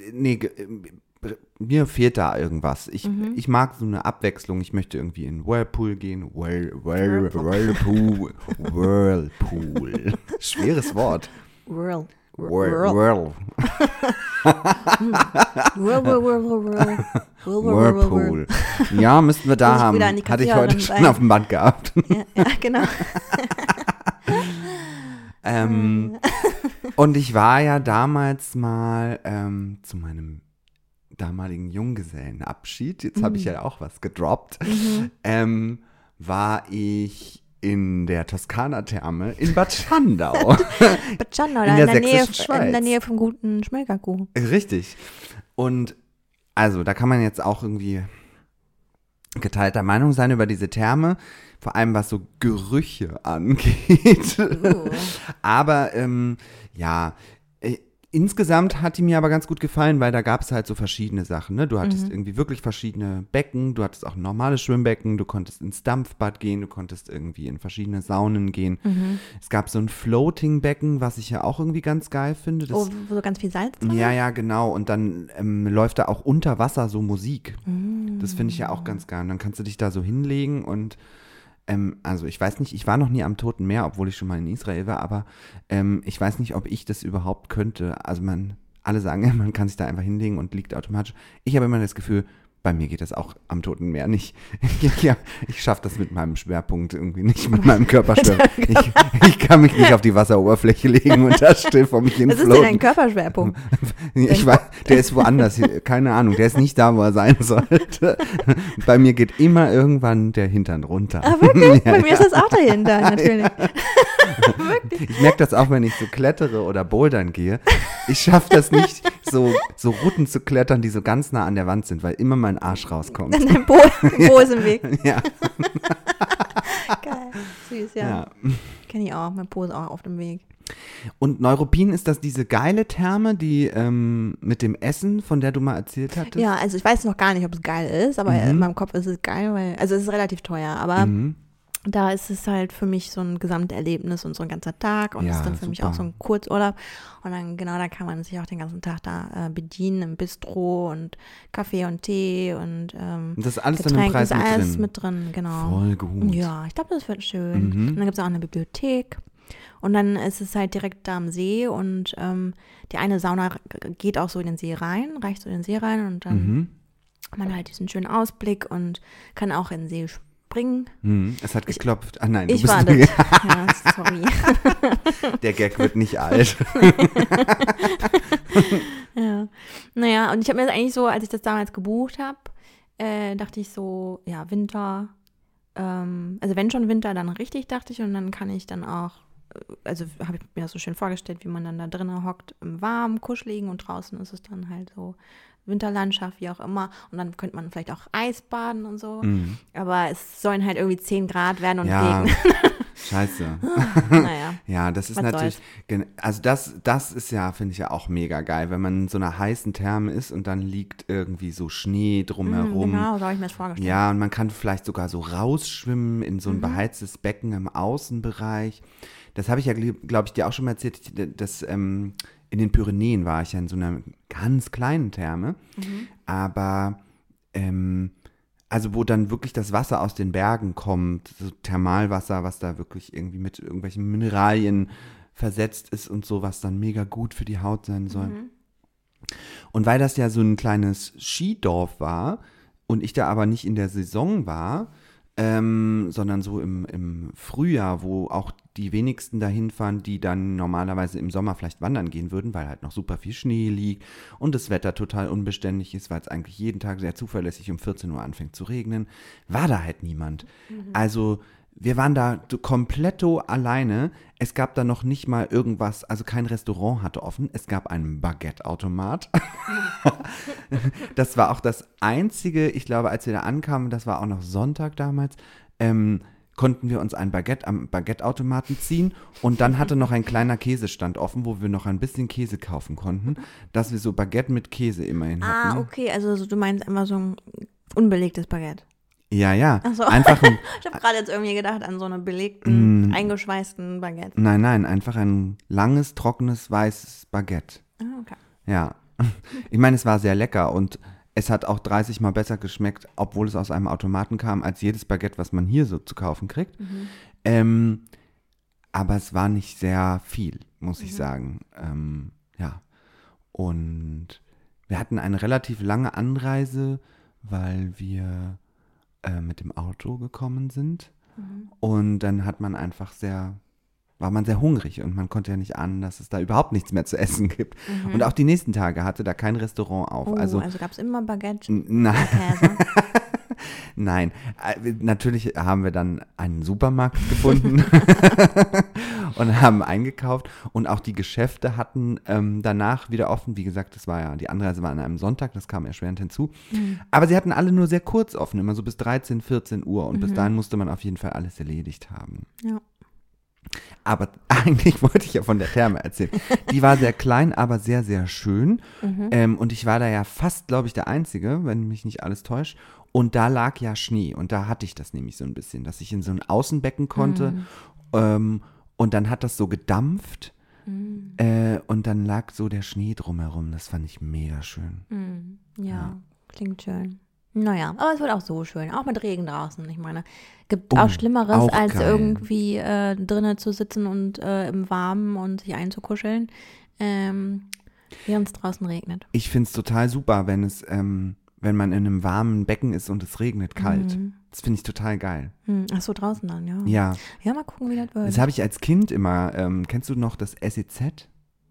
mir fehlt da irgendwas. Ich mag so eine Abwechslung. Ich möchte irgendwie in Whirlpool gehen. Whirlpool. Schweres Wort. Whirl. Whirl. Whirlpool. Ja, müssten wir da Muss ich haben. wieder an die Hatte ich heute Kassiererin schon sein. auf dem Band gehabt. Ja, genau. Und ich war ja damals mal zu meinem damaligen Junggesellenabschied, jetzt habe ich ja auch was gedroppt, war ich in der Toskana-Therme in Bad Schandau. Bad Schandau, In da der in sächsischen Schweiz. der Nähe vom guten Schmelkerkuchen. Richtig. Und also, da kann man jetzt auch irgendwie geteilter Meinung sein über diese Therme, vor allem was so Gerüche angeht. Aber insgesamt hat die mir aber ganz gut gefallen, weil da gab es halt so verschiedene Sachen. Ne? Du hattest irgendwie wirklich verschiedene Becken, du hattest auch ein normales Schwimmbecken, du konntest ins Dampfbad gehen, du konntest irgendwie in verschiedene Saunen gehen. Es gab so ein Floating-Becken, was ich ja auch irgendwie ganz geil finde. Das, Wo so ganz viel Salz drin ja, genau. Und dann läuft da auch unter Wasser so Musik. Das finde ich ja auch ganz geil. Und dann kannst du dich da so hinlegen und also ich weiß nicht, ich war noch nie am Toten Meer, obwohl ich schon mal in Israel war, aber ich weiß nicht, ob ich das überhaupt könnte. Also alle sagen ja, man kann sich da einfach hinlegen und liegt automatisch. Ich habe immer das Gefühl, bei mir geht das auch am Toten Meer nicht. Ja, ich schaffe das mit meinem Schwerpunkt irgendwie nicht, mit meinem Körperschwerpunkt. Ich kann mich nicht auf die Wasseroberfläche legen und da still vor mich hin Was ist denn dein Körperschwerpunkt? Ich weiß, der ist woanders, keine Ahnung, der ist nicht da, wo er sein sollte. Bei mir geht immer irgendwann der Hintern runter. Ah, wirklich? Ja, Bei mir ist das auch dahinter, natürlich. Ich merke das auch, wenn ich so klettere oder bouldern gehe. Ich schaffe das nicht, so Routen zu klettern, die so ganz nah an der Wand sind, weil immer mein Arsch rauskommt. Dein Po ist im Weg. Ja. Geil. Süß, ja. Kenne ich auch. Mein Po ist auch auf dem Weg. Und Neuruppin, ist das diese geile Therme, die mit dem Essen, von der du mal erzählt hattest? Ja, also ich weiß noch gar nicht, ob es geil ist, aber in meinem Kopf ist es geil, weil, also es ist relativ teuer, aber da ist es halt für mich so ein Gesamterlebnis und so ein ganzer Tag und Ja, ist dann für mich super. auch so ein Kurzurlaub und dann, genau, da kann man sich auch den ganzen Tag da bedienen im Bistro und Kaffee und Tee und Und das ist alles dann im Getränke, Preis ist alles drin? mit drin, genau. Voll gut. Ja, ich glaube, das wird schön. Und dann gibt es auch eine Bibliothek. Und dann ist es halt direkt da am See und die eine Sauna geht auch so in den See rein, reicht so in den See rein und dann hat man halt diesen schönen Ausblick und kann auch in den See springen. Es hat geklopft. Ah nein, du Ich bist war das. Ja, sorry. Der Gag wird nicht alt. Ja. Naja, und ich habe mir das eigentlich so, als ich das damals gebucht habe, dachte ich so, ja, Winter. Also wenn schon Winter, dann richtig, dachte ich. Und dann kann ich dann auch, also habe ich mir das so schön vorgestellt, wie man dann da drinnen hockt, im Warmen, kuscheligen und draußen ist es dann halt so Winterlandschaft, wie auch immer. Und dann könnte man vielleicht auch Eisbaden und so. Aber es sollen halt irgendwie 10 Grad werden und Ja, regnen. scheiße. Naja, Ja, das ist was natürlich, also das ist ja, finde ich ja auch mega geil, wenn man in so einer heißen Therme ist und dann liegt irgendwie so Schnee drumherum. genau, so habe ich mir das vorgestellt. Ja, und man kann vielleicht sogar so rausschwimmen in so ein beheiztes Becken im Außenbereich. Das habe ich ja, glaube ich, dir auch schon mal erzählt, dass in den Pyrenäen war ich ja in so einer ganz kleinen Therme, aber also wo dann wirklich das Wasser aus den Bergen kommt, so Thermalwasser, was da wirklich irgendwie mit irgendwelchen Mineralien versetzt ist und so, was dann mega gut für die Haut sein soll. Und weil das ja so ein kleines Skidorf war und ich da aber nicht in der Saison war, sondern so im Frühjahr, wo auch die wenigsten dahin fahren, die dann normalerweise im Sommer vielleicht wandern gehen würden, weil halt noch super viel Schnee liegt und das Wetter total unbeständig ist, weil es eigentlich jeden Tag sehr zuverlässig um 14 Uhr anfängt zu regnen, war da halt niemand. Also wir waren da kompletto alleine. Es gab da noch nicht mal irgendwas, also kein Restaurant hatte offen. Es gab einen Baguette-Automat. Das war auch das Einzige, ich glaube, als wir da ankamen, das war auch noch Sonntag damals, konnten wir uns ein Baguette am Baguette-Automaten ziehen und dann hatte noch ein kleiner Käsestand offen, wo wir noch ein bisschen Käse kaufen konnten, dass wir so Baguette mit Käse immerhin hatten. Ah, okay, also du meinst immer so ein unbelegtes Baguette. Ja, ja. Ach so. Einfach ein, Ich habe gerade jetzt irgendwie gedacht an so einen belegten, eingeschweißten Baguette. nein, einfach ein langes, trockenes, weißes Baguette. Ah, okay. Ja. Ich meine, es war sehr lecker und es hat auch 30 Mal besser geschmeckt, obwohl es aus einem Automaten kam, als jedes Baguette, was man hier so zu kaufen kriegt. Aber es war nicht sehr viel, muss ich sagen. Ja. Und wir hatten eine relativ lange Anreise, weil wir mit dem Auto gekommen sind. Und dann hat man einfach war man sehr hungrig und man konnte ja nicht ahnen, dass es da überhaupt nichts mehr zu essen gibt. Und auch die nächsten Tage hatte da kein Restaurant auf. Oh, also gab es immer Baguette nein, Käse. nein. Natürlich haben wir dann einen Supermarkt gefunden und haben eingekauft. Und auch die Geschäfte hatten danach wieder offen. Wie gesagt, die Anreise war an einem Sonntag, das kam erschwerend hinzu. Aber sie hatten alle nur sehr kurz offen, immer so bis 13, 14 Uhr. Und bis dahin musste man auf jeden Fall alles erledigt haben. Ja. Aber eigentlich wollte ich ja von der Therme erzählen. Die war sehr klein, aber sehr, sehr schön. Und ich war da ja fast, glaube ich, der Einzige, wenn mich nicht alles täuscht. Und da lag ja Schnee. Und da hatte ich das nämlich so ein bisschen, dass ich in so ein Außenbecken konnte. Und dann hat das so gedampft. Und dann lag so der Schnee drumherum. Das fand ich mega schön. Ja, klingt schön. Naja, aber es wird auch so schön, auch mit Regen draußen. Ich meine, gibt auch Schlimmeres, auch als geil. irgendwie drinnen zu sitzen und im Warmen und sich einzukuscheln, während es draußen regnet. Ich finde es total super, wenn man in einem warmen Becken ist und es regnet kalt. Das finde ich total geil. Ach so, draußen dann, ja. Ja. Ja, mal gucken, wie das wird. Das habe ich als Kind immer, kennst du noch das SEZ?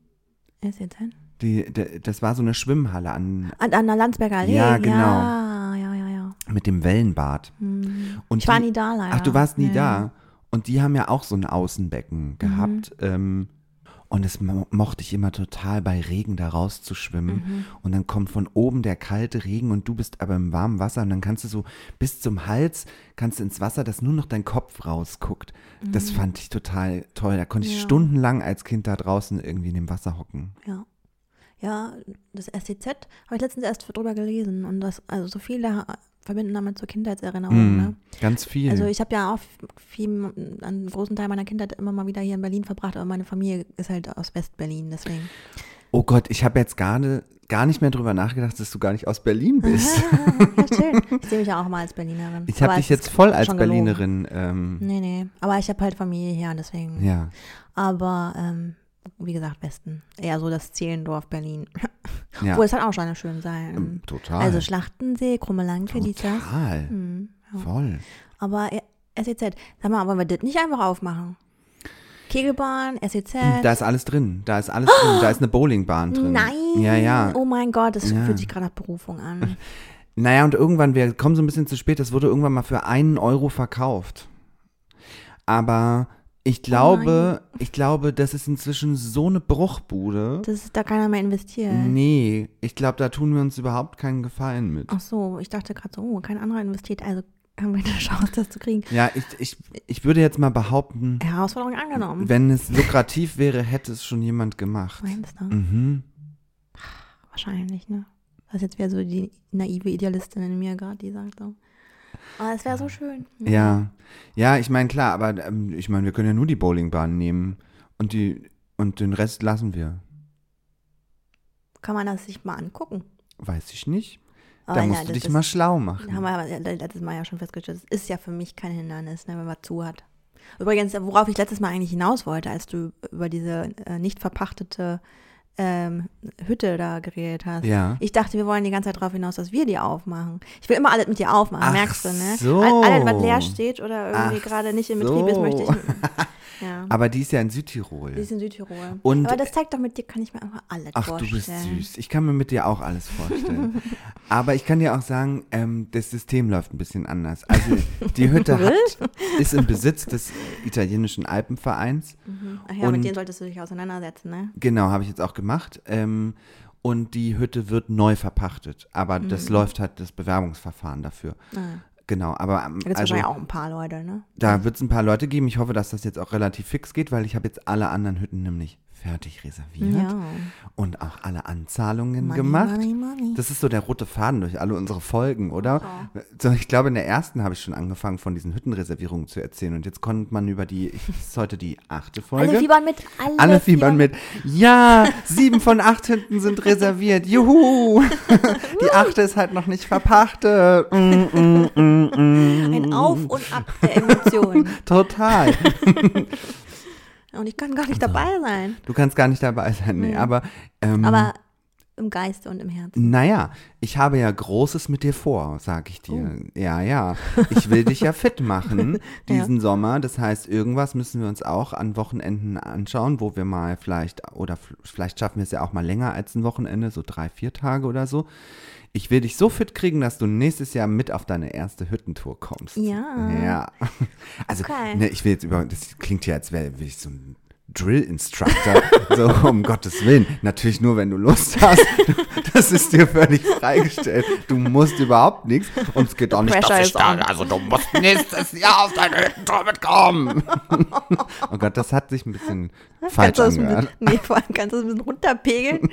SEZ? Das war so eine Schwimmhalle An der Landsberger Allee? Ja, genau. Ja. mit dem Wellenbad. Und Ich war nie da leider. Ach, du warst nie Nee. da. Und die haben ja auch so ein Außenbecken gehabt. Und das mochte ich immer total, bei Regen da rauszuschwimmen. Und dann kommt von oben der kalte Regen und du bist aber im warmen Wasser. Und dann kannst du so bis zum Hals, kannst du ins Wasser, dass nur noch dein Kopf rausguckt. Das fand ich total toll. Da konnte ich stundenlang als Kind da draußen irgendwie in dem Wasser hocken. Ja. Ja, das SEZ habe ich letztens erst drüber gelesen. Und also so viele verbinden damit zur Kindheitserinnerung. Ne? Ganz viel. Also ich habe ja auch einen großen Teil meiner Kindheit immer mal wieder hier in Berlin verbracht, aber meine Familie ist halt aus West-Berlin, deswegen. Oh Gott, ich habe jetzt gar nicht mehr drüber nachgedacht, dass du gar nicht aus Berlin bist. Ja, schön. Ich sehe mich ja auch mal als Berlinerin. Ich habe Aber dich es jetzt ist voll als schon gelogen. Berlinerin. Nee. Aber ich habe halt Familie hier, deswegen. Ja. Aber wie gesagt, Westen. Eher so das Zehlendorf Berlin. Ja. Wo es halt auch schon schön sein. Total. Also Schlachtensee, Krummelanke, dies, das. Total. Ja. Voll. Aber SEZ, sag mal, wollen wir das nicht einfach aufmachen? Kegelbahn, SEZ. Da ist alles drin. Da ist eine Bowlingbahn drin. Nein. Ja. Oh mein Gott, das Ja. fühlt sich gerade nach Berufung an. Naja, und irgendwann, wir kommen so ein bisschen zu spät, das wurde irgendwann mal für 1 Euro verkauft. Aber ich glaube, das ist inzwischen so eine Bruchbude. Das ist da keiner mehr investiert. Nee, ich glaube, da tun wir uns überhaupt keinen Gefallen mit. Ach so, ich dachte gerade so, kein anderer investiert, also haben wir eine Chance, das zu kriegen. Ja, ich würde jetzt mal behaupten, Herausforderung angenommen. wenn es lukrativ wäre, hätte es schon jemand gemacht. Meinst du? Mhm. Wahrscheinlich, ne? Das ist jetzt wieder so die naive Idealistin in mir gerade, die sagt so. Aber es wäre so schön. Ja, ich meine, klar, aber ich meine, wir können ja nur die Bowlingbahn nehmen und den Rest lassen wir. Kann man das sich mal angucken? Weiß ich nicht. Aber Da musst du dich mal schlau machen. Haben wir letztes Mal ja schon festgestellt, das ist ja für mich kein Hindernis, ne, wenn man zu hat. Übrigens, worauf ich letztes Mal eigentlich hinaus wollte, als du über diese nicht verpachtete Hütte da geredet hast. Ja. Ich dachte, wir wollen die ganze Zeit darauf hinaus, dass wir die aufmachen. Ich will immer alles mit dir aufmachen, merkst du, ne? So. Alles, was leer steht oder irgendwie gerade nicht in Betrieb ist, möchte ich. Ja. Aber die ist ja in Südtirol. Die ist in Südtirol. Und aber das zeigt doch, mit dir kann ich mir einfach alles vorstellen. Ach, du bist süß. Ich kann mir mit dir auch alles vorstellen. Aber ich kann dir auch sagen, das System läuft ein bisschen anders. Also die Hütte ist im Besitz des italienischen Alpenvereins. Ach ja, mit denen solltest du dich auseinandersetzen, ne? Genau, habe ich jetzt auch gemacht. Und die Hütte wird neu verpachtet. Aber das läuft halt das Bewerbungsverfahren dafür. Ah. Genau, aber Da gibt es wahrscheinlich auch ein paar Leute, ne? Da wird es ein paar Leute geben. Ich hoffe, dass das jetzt auch relativ fix geht, weil ich habe jetzt alle anderen Hütten nämlich fertig reserviert Ja. und auch alle Anzahlungen gemacht. Money. Das ist so der rote Faden durch alle unsere Folgen, oder? So, ich glaube, in der ersten habe ich schon angefangen, von diesen Hüttenreservierungen zu erzählen. Und jetzt konnte man über es ist heute die 8. Folge. Alle fiebern mit. Alle fiebern mit. Ja, 7 von 8 Hütten sind reserviert. Juhu! Die 8. ist halt noch nicht verpachtet. Ein Auf und Ab der Emotionen. Total. Und ich kann gar nicht dabei sein. Du kannst gar nicht dabei sein, nee. Aber Aber im Geiste und im Herzen. naja, ich habe ja Großes mit dir vor, sag ich dir. Ja. Ich will dich ja fit machen diesen Sommer. Das heißt, irgendwas müssen wir uns auch an Wochenenden anschauen, wo wir mal vielleicht schaffen wir es ja auch mal länger als ein Wochenende, so 3-4 Tage oder so. Ich will dich so fit kriegen, dass du nächstes Jahr mit auf deine erste Hüttentour kommst. Ja. Also, okay. Ne, ich will jetzt das klingt ja, als wäre ich so ein Drill-Instructor, so um Gottes Willen. Natürlich nur, wenn du Lust hast. Das ist dir völlig freigestellt. Du musst überhaupt nichts. Und es geht auch nicht, dass ich da, also du musst nächstes Jahr auf deine Hüttentour mitkommen. Oh Gott, das hat sich ein bisschen falsch angehört. Vor allem kannst du es ein bisschen runterpegeln.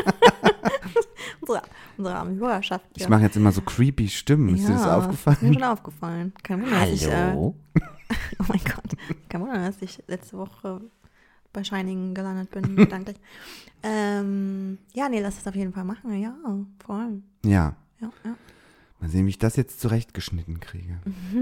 unsere arme Hörerschaft. Ja. Ich mache jetzt immer so creepy Stimmen. Ist dir das aufgefallen? Ist mir schon aufgefallen. Kein Wunder, Hallo? oh mein Gott. Kein Wunder, dass ich letzte Woche bei Shining gelandet bin, gedanklich. Lass es auf jeden Fall machen. Ja, voll. Ja. Ja. Mal sehen, wie ich das jetzt zurechtgeschnitten kriege.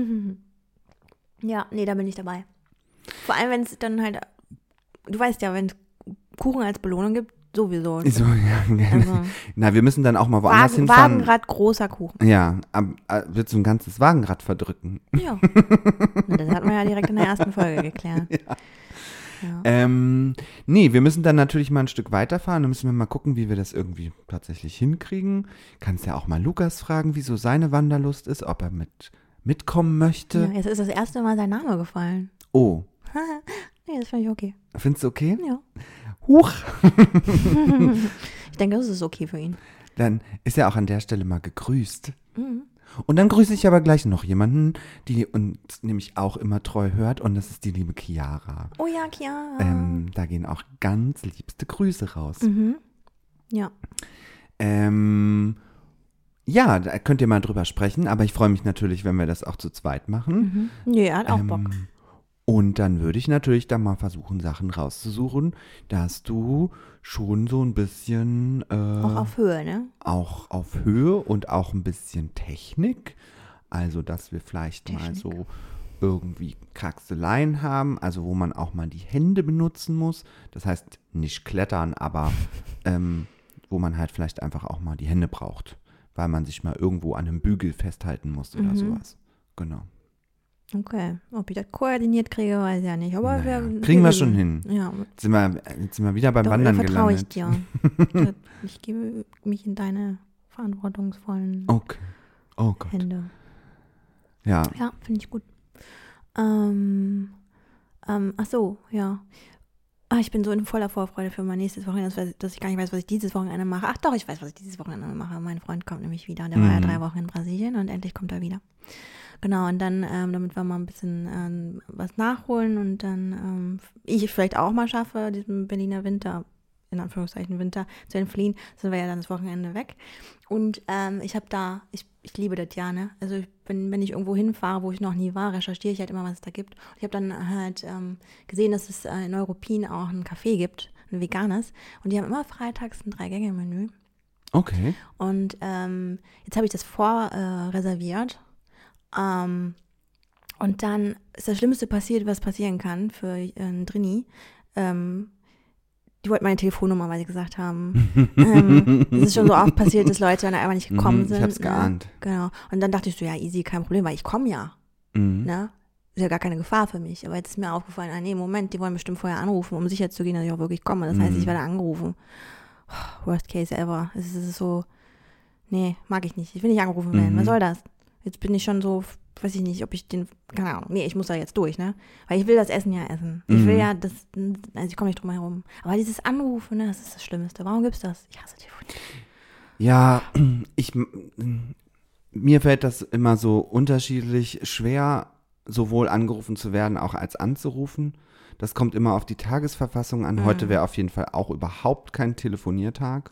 Ja, nee, da bin ich dabei. Vor allem, wenn es dann halt, du weißt ja, wenn es Kuchen als Belohnung gibt, sowieso. So, ja. Also, na, wir müssen dann auch mal woanders hinfahren. Wagenrad, großer Kuchen. Ja, willst du ein ganzes Wagenrad verdrücken? Ja. Das hat man ja direkt in der ersten Folge geklärt. Ja. Ja. Nee, wir müssen dann natürlich mal ein Stück weiterfahren. Dann müssen wir mal gucken, wie wir das irgendwie tatsächlich hinkriegen. Kannst ja auch mal Lukas fragen, wieso seine Wanderlust ist, ob er mitkommen möchte. Ja, jetzt ist das erste Mal sein Name gefallen. Oh. Nee, das finde ich okay. Findest du okay? Ja. Huch. Ich denke, das ist okay für ihn. Dann ist er auch an der Stelle mal gegrüßt. Mhm. Und dann grüße ich aber gleich noch jemanden, die uns nämlich auch immer treu hört, und das ist die liebe Chiara. Oh ja, Chiara. Da gehen auch ganz liebste Grüße raus. Mhm. Ja. Ja, da könnt ihr mal drüber sprechen, aber ich freue mich natürlich, wenn wir das auch zu zweit machen. Mhm. Nee, er hat auch Bock. Und dann würde ich natürlich da mal versuchen, Sachen rauszusuchen, dass du schon so ein bisschen Auch auf Höhe, ne? Auch auf Höhe und auch ein bisschen Technik. Also, dass wir vielleicht mal so irgendwie Kraxeleien haben, also wo man auch mal die Hände benutzen muss. Das heißt, nicht klettern, aber wo man halt vielleicht einfach auch mal die Hände braucht, weil man sich mal irgendwo an einem Bügel festhalten muss oder sowas. Genau. Okay, ob ich das koordiniert kriege, weiß ich ja nicht. Aber kriegen wir schon hin. Ja. Jetzt sind wir wieder beim Wandern vertraue gelandet. Ich dir. Ich gebe mich in deine verantwortungsvollen Okay. Oh Gott. Hände. Ja. Ja, finde ich gut. Ach so, ja. Ich bin so in voller Vorfreude für mein nächstes Wochenende, dass ich gar nicht weiß, was ich dieses Wochenende mache. Ach doch, ich weiß, was ich dieses Wochenende mache. Mein Freund kommt nämlich wieder. Der war ja 3 Wochen in Brasilien und endlich kommt er wieder. Genau, und dann, damit wir mal ein bisschen was nachholen und dann ich vielleicht auch mal schaffe, diesen Berliner Winter, in Anführungszeichen Winter, zu entfliehen, sind wir ja dann das Wochenende weg. Und ich habe da, ich liebe das ja, ne? Also wenn ich irgendwo hinfahre, wo ich noch nie war, recherchiere ich halt immer, was es da gibt. Und ich habe dann halt gesehen, dass es in Europin auch ein Café gibt, ein veganes. Und die haben immer freitags ein 3-Gänge-Menü. Okay. Und jetzt habe ich das vorreserviert. Und dann ist das Schlimmste passiert, was passieren kann für einen Drini. Die wollten meine Telefonnummer, weil sie gesagt haben, es ist schon so oft passiert, dass Leute dann einfach nicht gekommen sind. Ich hab's geahnt. Genau. Und dann dachte ich so, ja, easy, kein Problem, weil ich komme ja. Ne? Ist ja gar keine Gefahr für mich. Aber jetzt ist mir aufgefallen, nee, Moment, die wollen bestimmt vorher anrufen, um sicher zu gehen, dass ich auch wirklich komme. Das heißt, ich werde angerufen. Worst case ever. Es ist so, nee, mag ich nicht. Ich will nicht angerufen werden. Was soll das? Jetzt bin ich schon so, weiß ich nicht, ob ich den, keine Ahnung, nee, ich muss da jetzt durch, ne? Weil ich will das Essen ja essen. Ich will ja das, also ich komme nicht drum herum. Aber dieses Anrufen, ne, das ist das Schlimmste. Warum gibt's das? Ich hasse Telefon. Ja, mir fällt das immer so unterschiedlich schwer, sowohl angerufen zu werden, auch als anzurufen. Das kommt immer auf die Tagesverfassung an. Heute wäre auf jeden Fall auch überhaupt kein Telefoniertag.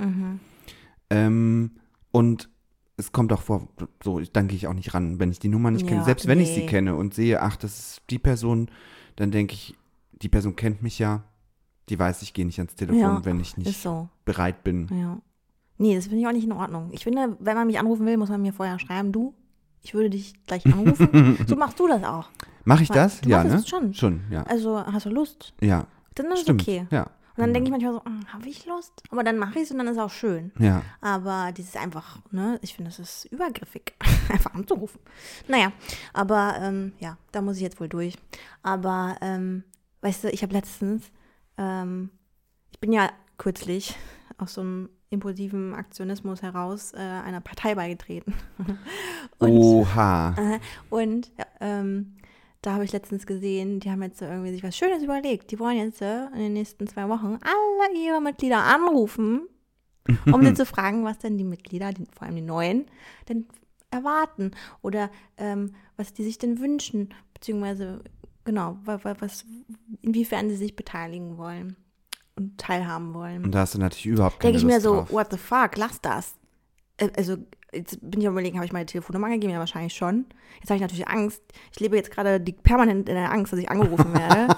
Und es kommt auch vor, so, dann gehe ich auch nicht ran, wenn ich die Nummer nicht kenne. Selbst wenn ich sie kenne und sehe, ach, das ist die Person, dann denke ich, die Person kennt mich ja, die weiß, ich gehe nicht ans Telefon, wenn ich nicht bereit bin. Ja. Nee, das finde ich auch nicht in Ordnung. Ich finde, wenn man mich anrufen will, muss man mir vorher schreiben, du, ich würde dich gleich anrufen. So machst du das auch. Mache ich das? Du Ja, machst ne? es schon. Schon, ja. Also hast du Lust? Ja. Dann ist es Stimmt. okay. Ja. Und dann denke ich manchmal so, habe ich Lust? Aber dann mache ich es und dann ist es auch schön. Ja. Aber dieses einfach, ne, ich finde, das ist übergriffig, einfach anzurufen. Naja, aber ja, da muss ich jetzt wohl durch. Aber, weißt du, ich habe letztens, ich bin ja kürzlich aus so einem impulsiven Aktionismus heraus einer Partei beigetreten. Oha. Und da habe ich letztens gesehen, die haben jetzt so irgendwie sich was Schönes überlegt. Die wollen jetzt in den nächsten 2 Wochen alle ihre Mitglieder anrufen, um sie zu fragen, was denn die Mitglieder, vor allem die Neuen, denn erwarten oder was die sich denn wünschen, beziehungsweise genau, inwiefern sie sich beteiligen wollen und teilhaben wollen. Und da hast du natürlich überhaupt keine Lust drauf. Denke ich mir so, what the fuck, lass das. Also jetzt bin ich am Überlegen, habe ich meine Telefonnummer angegeben? Ja, wahrscheinlich schon. Jetzt habe ich natürlich Angst. Ich lebe jetzt gerade permanent in der Angst, dass ich angerufen werde.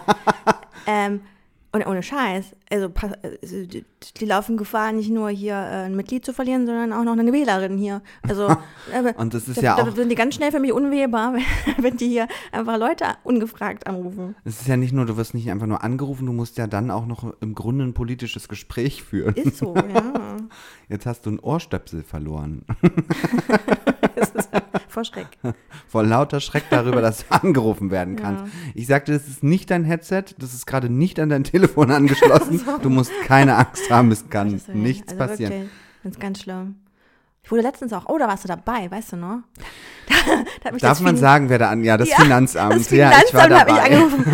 Und ohne Scheiß, also die laufen Gefahr, nicht nur hier ein Mitglied zu verlieren, sondern auch noch eine Wählerin hier. Also und das ist ja auch, da sind die ganz schnell für mich unwählbar, wenn die hier einfach Leute ungefragt anrufen. Es ist ja nicht nur, du wirst nicht einfach nur angerufen, du musst ja dann auch noch im Grunde ein politisches Gespräch führen. Ist so, ja. Jetzt hast du einen Ohrstöpsel verloren. Das ist vor Schreck. Vor lauter Schreck darüber, dass du angerufen werden kannst. Ja. Ich sagte, das ist nicht dein Headset, das ist gerade nicht an dein Telefon angeschlossen. Du musst keine Angst haben, es kann nichts passieren. Wirklich, das ist ganz schlimm. Ich wurde letztens auch, da warst du dabei, weißt du noch? Darf man sagen, wer da an? Ja, das Finanzamt. Das Finanzamt hat mich angerufen.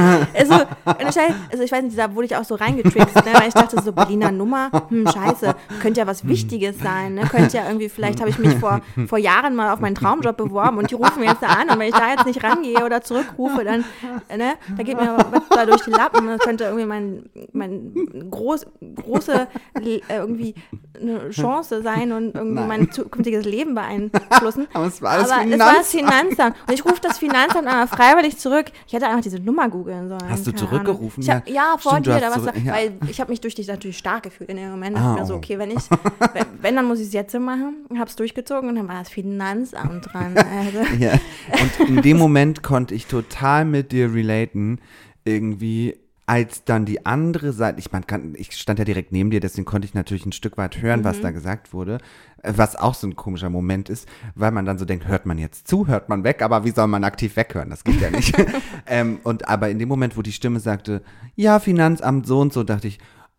Also ich weiß nicht, da wurde ich auch so reingetrickst, ne, weil ich dachte so, Berliner Nummer, scheiße, könnte ja was Wichtiges sein, ne? Könnte ja irgendwie, vielleicht habe ich mich vor Jahren mal auf meinen Traumjob beworben und die rufen mir jetzt da an und wenn ich da jetzt nicht rangehe oder zurückrufe, dann, ne, da geht mir was da durch die Lappen, das könnte irgendwie mein große irgendwie eine Chance sein und irgendwie mein zukünftiges Leben beeinflussen. Aber es war das Finanzamt. Und ich rufe das Finanzamt einmal freiwillig zurück. Ich hätte einfach diese Nummer googeln sollen. Hast du zurückgerufen? Ja, vor dir. Weil ich habe mich durch dich natürlich stark gefühlt in dem Moment. Ich dachte mir so, okay, wenn, dann muss ich es jetzt machen. Habe es durchgezogen und dann war das Finanzamt dran. Also. Ja. Und in dem Moment konnte ich total mit dir relaten, irgendwie, als dann die andere Seite, ich stand ja direkt neben dir, deswegen konnte ich natürlich ein Stück weit hören, was da gesagt wurde, was auch so ein komischer Moment ist, weil man dann so denkt, hört man jetzt zu, hört man weg, aber wie soll man aktiv weghören? Das geht ja nicht. Aber in dem Moment, wo die Stimme sagte, ja, Finanzamt so und so, dachte ich,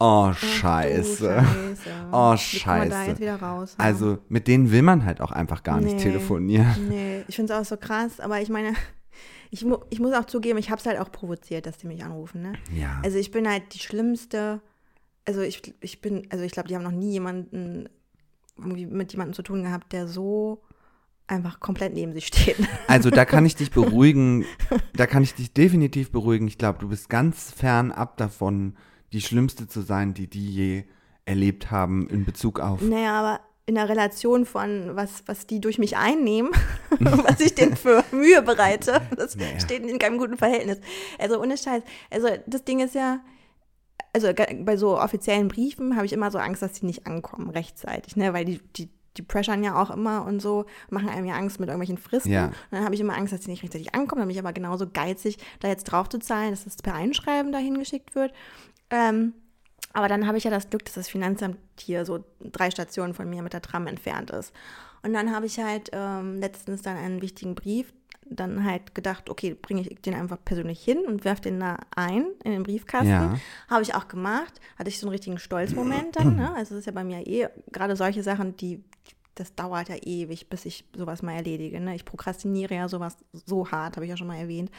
Oh, Ach, scheiße. Oh, Wie kommen wir da scheiße. jetzt wieder raus? Ja. Also mit denen will man halt auch einfach gar nicht Nee. telefonieren. Nee, ich finde es auch so krass, aber ich meine, ich muss auch zugeben, ich habe es halt auch provoziert, dass die mich anrufen, ne? Ja. Also ich bin halt die Schlimmste, also ich glaube, die haben noch nie irgendwie mit jemandem zu tun gehabt, der so einfach komplett neben sich steht. Also da kann ich dich beruhigen, da kann ich dich definitiv beruhigen. Ich glaube, du bist ganz fernab davon, die Schlimmste zu sein, die je erlebt haben in Bezug auf. Naja, aber in der Relation von was die durch mich einnehmen, was ich denen für Mühe bereite, das steht in keinem guten Verhältnis. Also ohne Scheiß. Also das Ding ist ja, also bei so offiziellen Briefen habe ich immer so Angst, dass die nicht ankommen rechtzeitig, ne? Weil die pressern ja auch immer und so, machen einem ja Angst mit irgendwelchen Fristen. Ja. Und dann habe ich immer Angst, dass die nicht rechtzeitig ankommen. Dann bin ich aber genauso geizig, da jetzt drauf zu zahlen, dass das per Einschreiben dahin geschickt wird. Aber dann habe ich ja das Glück, dass das Finanzamt hier so 3 Stationen von mir mit der Tram entfernt ist. Und dann habe ich halt letztens dann einen wichtigen Brief dann halt gedacht, okay, bringe ich den einfach persönlich hin und werfe den da ein in den Briefkasten. Ja. Habe ich auch gemacht. Hatte ich so einen richtigen Stolzmoment dann. Ne? Also das ist ja bei mir gerade solche Sachen, das dauert ja ewig, bis ich sowas mal erledige. Ne? Ich prokrastiniere ja sowas so hart, habe ich ja schon mal erwähnt.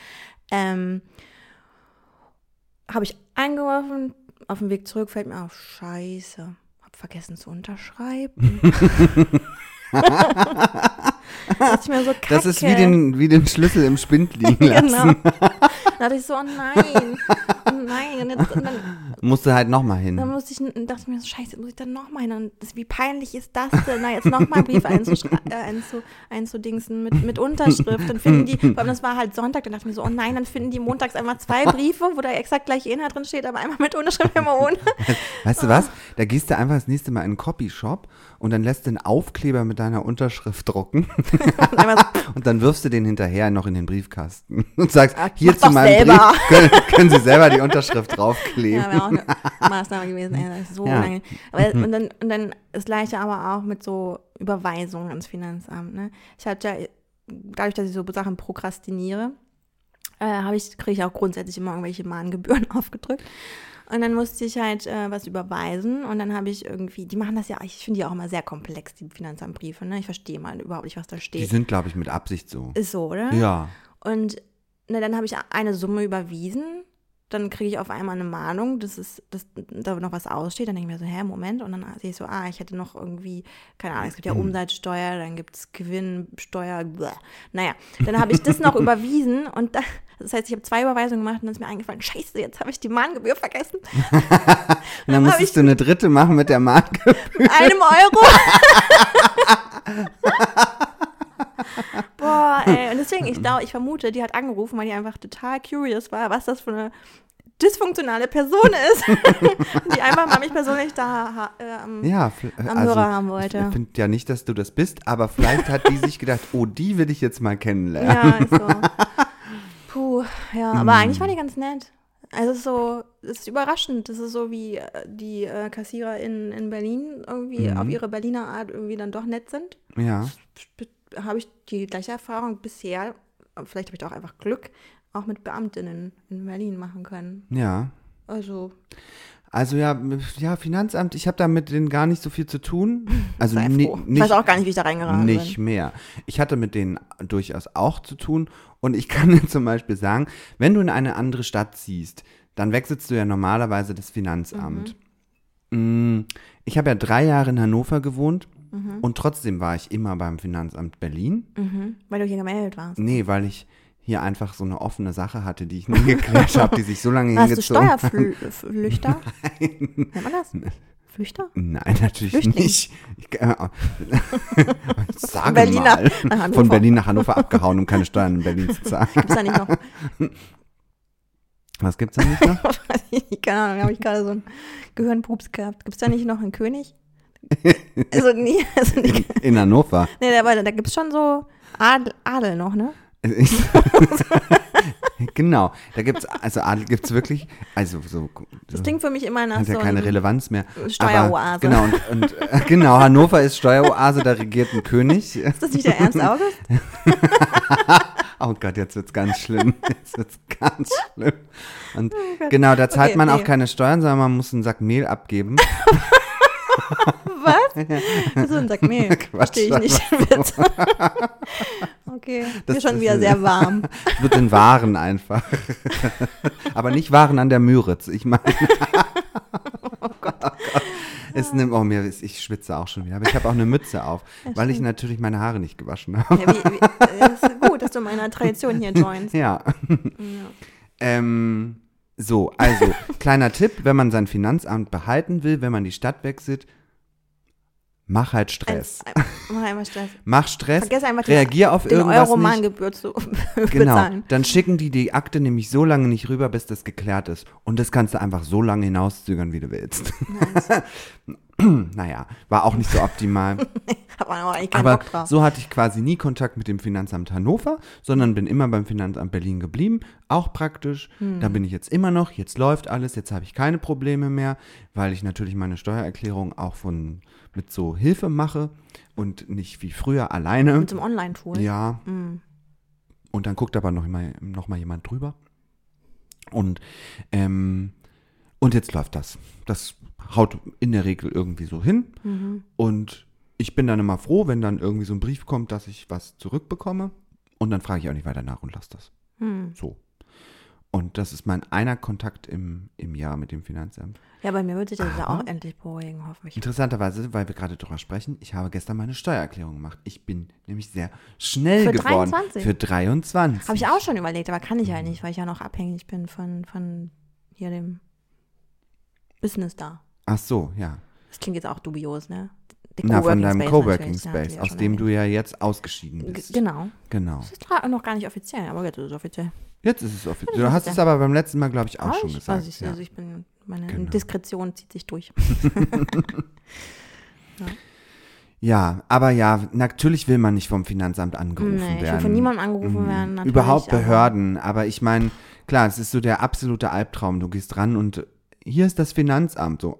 Habe ich eingeworfen, auf dem Weg zurück fällt mir auf, scheiße, habe vergessen zu unterschreiben. Das ist mir so kacke. Das ist wie den Schlüssel im Spind liegen lassen. Genau. Da dachte ich so, oh nein. Und dann Musst du halt nochmal hin. dachte ich mir so, scheiße, muss ich dann nochmal hin? Und wie peinlich ist das denn, da jetzt nochmal einen Brief einzudingsen mit Unterschrift. Dann finden die, vor allem das war halt Sonntag, dann dachte ich mir so, oh nein, dann finden die montags einmal 2 Briefe, wo da exakt gleiche Inhalt drin steht, aber einmal mit Unterschrift, einmal ohne. Weißt du was? Da gehst du einfach das nächste Mal in einen Copyshop und dann lässt du einen Aufkleber mit deiner Unterschrift drucken und dann wirfst du den hinterher noch in den Briefkasten und sagst, hier zu meinem selber. Brief können Sie selber die Unterschrift draufkleben. Ja, wäre auch eine Maßnahme gewesen. Ey, das ist so unangenehm. Und dann das Gleiche aber auch mit so Überweisungen ans Finanzamt. Ne? Ich hatte ja, dadurch, dass ich so Sachen prokrastiniere, kriege ich auch grundsätzlich immer irgendwelche Mahngebühren aufgedrückt. Und dann musste ich halt was überweisen und dann habe ich irgendwie, die machen das ja, ich finde die auch immer sehr komplex, die Finanzamtbriefe, ne? Ich verstehe mal überhaupt nicht, was da Die steht. sind, glaube ich, mit Absicht so. Ist so, oder? Ja. Und dann habe ich eine Summe überwiesen, dann kriege ich auf einmal eine Mahnung, dass da noch was aussteht. Dann denke ich mir so, Moment. Und dann sehe ich so, ich hätte noch irgendwie, keine Ahnung, es gibt ja Umsatzsteuer, dann gibt es Gewinnsteuer. Bläh. Naja, dann habe ich das noch überwiesen und das heißt, ich habe 2 Überweisungen gemacht und dann ist mir eingefallen, scheiße, jetzt habe ich die Mahngebühr vergessen. Und dann musstest du eine dritte machen mit der Mahngebühr. 1 Euro. Boah, ey. Und deswegen, ich vermute, die hat angerufen, weil die einfach total curious war, was das für eine dysfunktionale Person ist, die einfach mal mich persönlich da am Hörer haben wollte. Ich finde ja nicht, dass du das bist, aber vielleicht hat die sich gedacht, oh, die will ich jetzt mal kennenlernen. Ja, ist so. Puh, ja, aber eigentlich war die ganz nett. Also es ist überraschend. Das ist so wie die Kassierer in Berlin irgendwie auf ihre Berliner Art irgendwie dann doch nett sind. Ja. Habe ich die gleiche Erfahrung bisher, vielleicht habe ich da auch einfach Glück, auch mit Beamtinnen in Berlin machen können. Ja. Also ja, Finanzamt, ich habe da mit denen gar nicht so viel zu tun. Also sei froh. Ich weiß auch gar nicht, wie ich da reingeraten bin. Nicht mehr. Ich hatte mit denen durchaus auch zu tun und ich kann dir zum Beispiel sagen, wenn du in eine andere Stadt ziehst, dann wechselst du ja normalerweise das Finanzamt. Ich habe ja 3 Jahre in Hannover gewohnt und trotzdem war ich immer beim Finanzamt Berlin. Weil du hier gemeldet warst. Nee, weil ich hier einfach so eine offene Sache hatte, die ich nie geklärt habe, die sich so lange hingezogen hat. Warst du Steuerflüchter? Nennt man das? Flüchter? Nein, natürlich Flüchtling. nicht. Ich sage mal, von Berlin nach Hannover abgehauen, um keine Steuern in Berlin zu zahlen. Gibt's da nicht noch? Was gibt's da nicht noch? Keine Ahnung, da habe ich gerade so einen Gehirnpups gehabt. Gibt's da nicht noch einen König? Also nie. In Hannover. Nee, aber da gibt's schon so Adel noch, ne? Genau, da gibt's, also Adel gibt's wirklich, also so. Das klingt für mich immer nach hat ja so keine Relevanz mehr. Steueroase. Aber, genau, Hannover ist Steueroase, da regiert ein König. Ist das nicht der Ernst August? Oh Gott, jetzt wird's ganz schlimm. Und genau, da zahlt man auch keine Steuern, sondern man muss einen Sack Mehl abgeben. Was? So ein Sack Mehl. Verstehe ich nicht. Okay, das ist schon wieder sehr warm. Es wird in Waren einfach. Aber nicht Waren an der Müritz. Ich meine. Oh Gott. Es nimmt auch mir, ich schwitze auch schon wieder. Aber ich habe auch eine Mütze auf, weil ich natürlich meine Haare nicht gewaschen habe. Ja, es ist gut, dass du meiner Tradition hier joinst. Ja. So, also, kleiner Tipp, wenn man sein Finanzamt behalten will, wenn man die Stadt wechselt, mach halt Stress. Mach einfach Stress. Mach Stress, Vergiss einfach reagier auf den irgendwas Euro-Mahngebühr zu Genau, bezahlen. dann schicken die Akte nämlich so lange nicht rüber, bis das geklärt ist. Und das kannst du einfach so lange hinauszögern, wie du willst. Nice. Naja, war auch nicht so optimal. Hat man aber eigentlich keinen Aber Bock drauf. so hatte ich quasi nie Kontakt mit dem Finanzamt Hannover, sondern bin immer beim Finanzamt Berlin geblieben. Auch praktisch. Da bin ich jetzt immer noch. Jetzt läuft alles. Jetzt habe ich keine Probleme mehr, weil ich natürlich meine Steuererklärung auch mit so Hilfe mache und nicht wie früher alleine. Mit so einem Online-Tool. Ja. Und dann guckt aber noch mal jemand drüber. Und jetzt läuft das. Das haut in der Regel irgendwie so hin. Und ich bin dann immer froh, wenn dann irgendwie so ein Brief kommt, dass ich was zurückbekomme. Und dann frage ich auch nicht weiter nach und lasse das. So. Und das ist mein einer Kontakt im Jahr mit dem Finanzamt. Ja, bei mir wird sich das ja auch endlich beruhigen, hoffentlich. Interessanterweise, weil wir gerade drüber sprechen, ich habe gestern meine Steuererklärung gemacht. Ich bin nämlich sehr schnell Für geworden. 23? Für 23. Habe ich auch schon überlegt, aber kann ich halt nicht, weil ich ja noch abhängig bin von hier dem Business da. Ach so, ja. Das klingt jetzt auch dubios, ne? Von deinem Space Coworking natürlich, Space, ja, aus dem du ja jetzt ausgeschieden bist. Genau. Genau. Das ist noch gar nicht offiziell, aber jetzt ist es offiziell. Jetzt ist es offiziell. Du hast es aber beim letzten Mal, glaube ich, auch schon gesagt. Also meine Diskretion zieht sich durch. Ja, aber ja, natürlich will man nicht vom Finanzamt angerufen werden. Ich will von niemandem angerufen werden. Natürlich, Überhaupt Behörden. Aber ich meine, klar, es ist so der absolute Albtraum. Du gehst ran und hier ist das Finanzamt. So.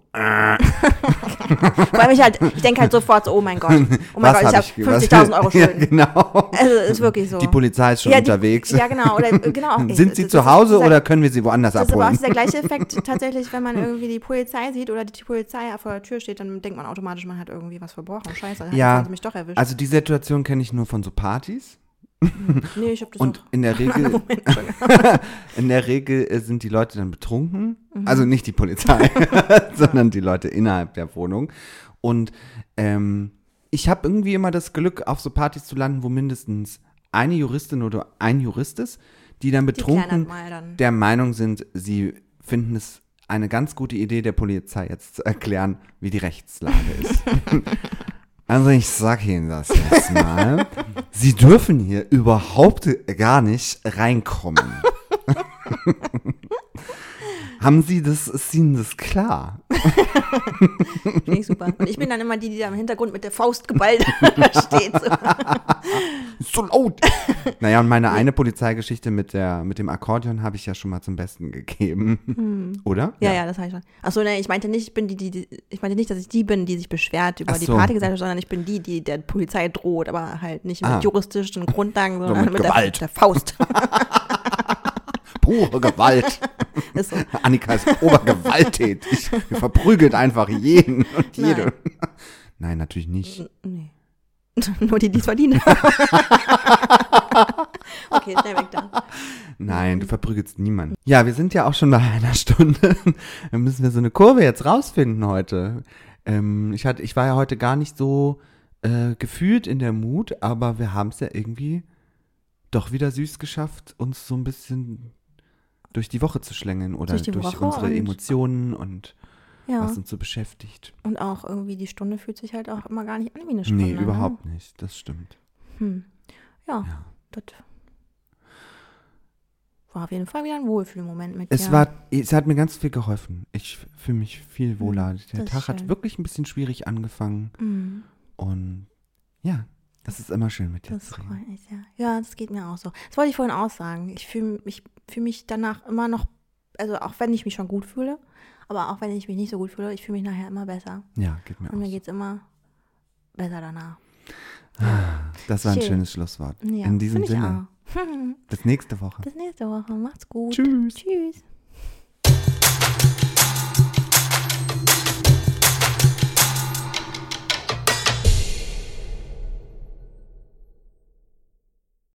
Weil ich denke halt sofort so, oh mein Gott, ich habe 50.000 Euro Schulden. Ja, genau. Also ist wirklich so. Die Polizei ist schon unterwegs. Ja, genau. Sind sie zu Hause oder können wir sie woanders abholen? Das ist aber auch der gleiche Effekt tatsächlich, wenn man irgendwie die Polizei sieht oder die Polizei vor der Tür steht, dann denkt man automatisch, man hat irgendwie was verbrochen. Scheiße, dann haben sie mich doch erwischt. Also die Situation kenne ich nur von so Partys. Nee, ich hab das und auch. in der Regel sind die Leute dann betrunken, also nicht die Polizei, sondern die Leute innerhalb der Wohnung. Und ich habe irgendwie immer das Glück, auf so Partys zu landen, wo mindestens eine Juristin oder ein Jurist ist, die dann betrunken der Meinung sind, sie finden es eine ganz gute Idee, der Polizei jetzt zu erklären, wie die Rechtslage ist. Also ich sag Ihnen das jetzt mal. Sie dürfen hier überhaupt gar nicht reinkommen. Ist Ihnen das klar? Finde ich super. Und ich bin dann immer die da im Hintergrund mit der Faust geballt steht. So. Ist so laut. Naja, und meine eine Polizeigeschichte mit dem Akkordeon habe ich ja schon mal zum Besten gegeben. Oder? Ja, das habe ich schon. Achso, ne, ich meinte nicht, dass ich die bin, die sich beschwert über die Partygesellschaft, sondern ich bin die der Polizei droht, aber halt nicht mit juristischen Grundlagen, sondern mit der Faust. Pure Gewalt. Ist so. Annika ist obergewalttätig. Wir verprügelt einfach jeden und jede. Nein, natürlich nicht. Nee. Nur die es verdienen. Okay, schnell weg dann. Nein, du verprügelst niemanden. Ja, wir sind ja auch schon bei einer Stunde. Dann müssen wir so eine Kurve jetzt rausfinden heute. Ich war ja heute gar nicht so gefühlt in der Mut, aber wir haben es ja irgendwie doch wieder süß geschafft, uns so ein bisschen durch die Woche zu schlängeln oder durch unsere Emotionen und was uns so beschäftigt. Und auch irgendwie die Stunde fühlt sich halt auch immer gar nicht an wie eine Stunde. Nee, überhaupt nicht. Das stimmt. Ja, das war auf jeden Fall wieder ein Wohlfühlmoment mit Es dir. Es hat mir ganz viel geholfen. Ich fühle mich viel wohler. Der Tag schön. hat wirklich ein bisschen schwierig angefangen. Und ja, das ist immer schön mit dir zu reden. Das freut mich sehr. Ja, das geht mir auch so. Das wollte ich vorhin auch sagen. Ich fühle mich danach immer noch, also auch wenn ich mich schon gut fühle, aber auch wenn ich mich nicht so gut fühle, ich fühle mich nachher immer besser. Ja, geht mir auch. Und mir geht es immer besser danach. Das war ein schönes Schlusswort. Ja, in diesem Sinne. Bis nächste Woche. Bis nächste Woche. Macht's gut. Tschüss. Tschüss.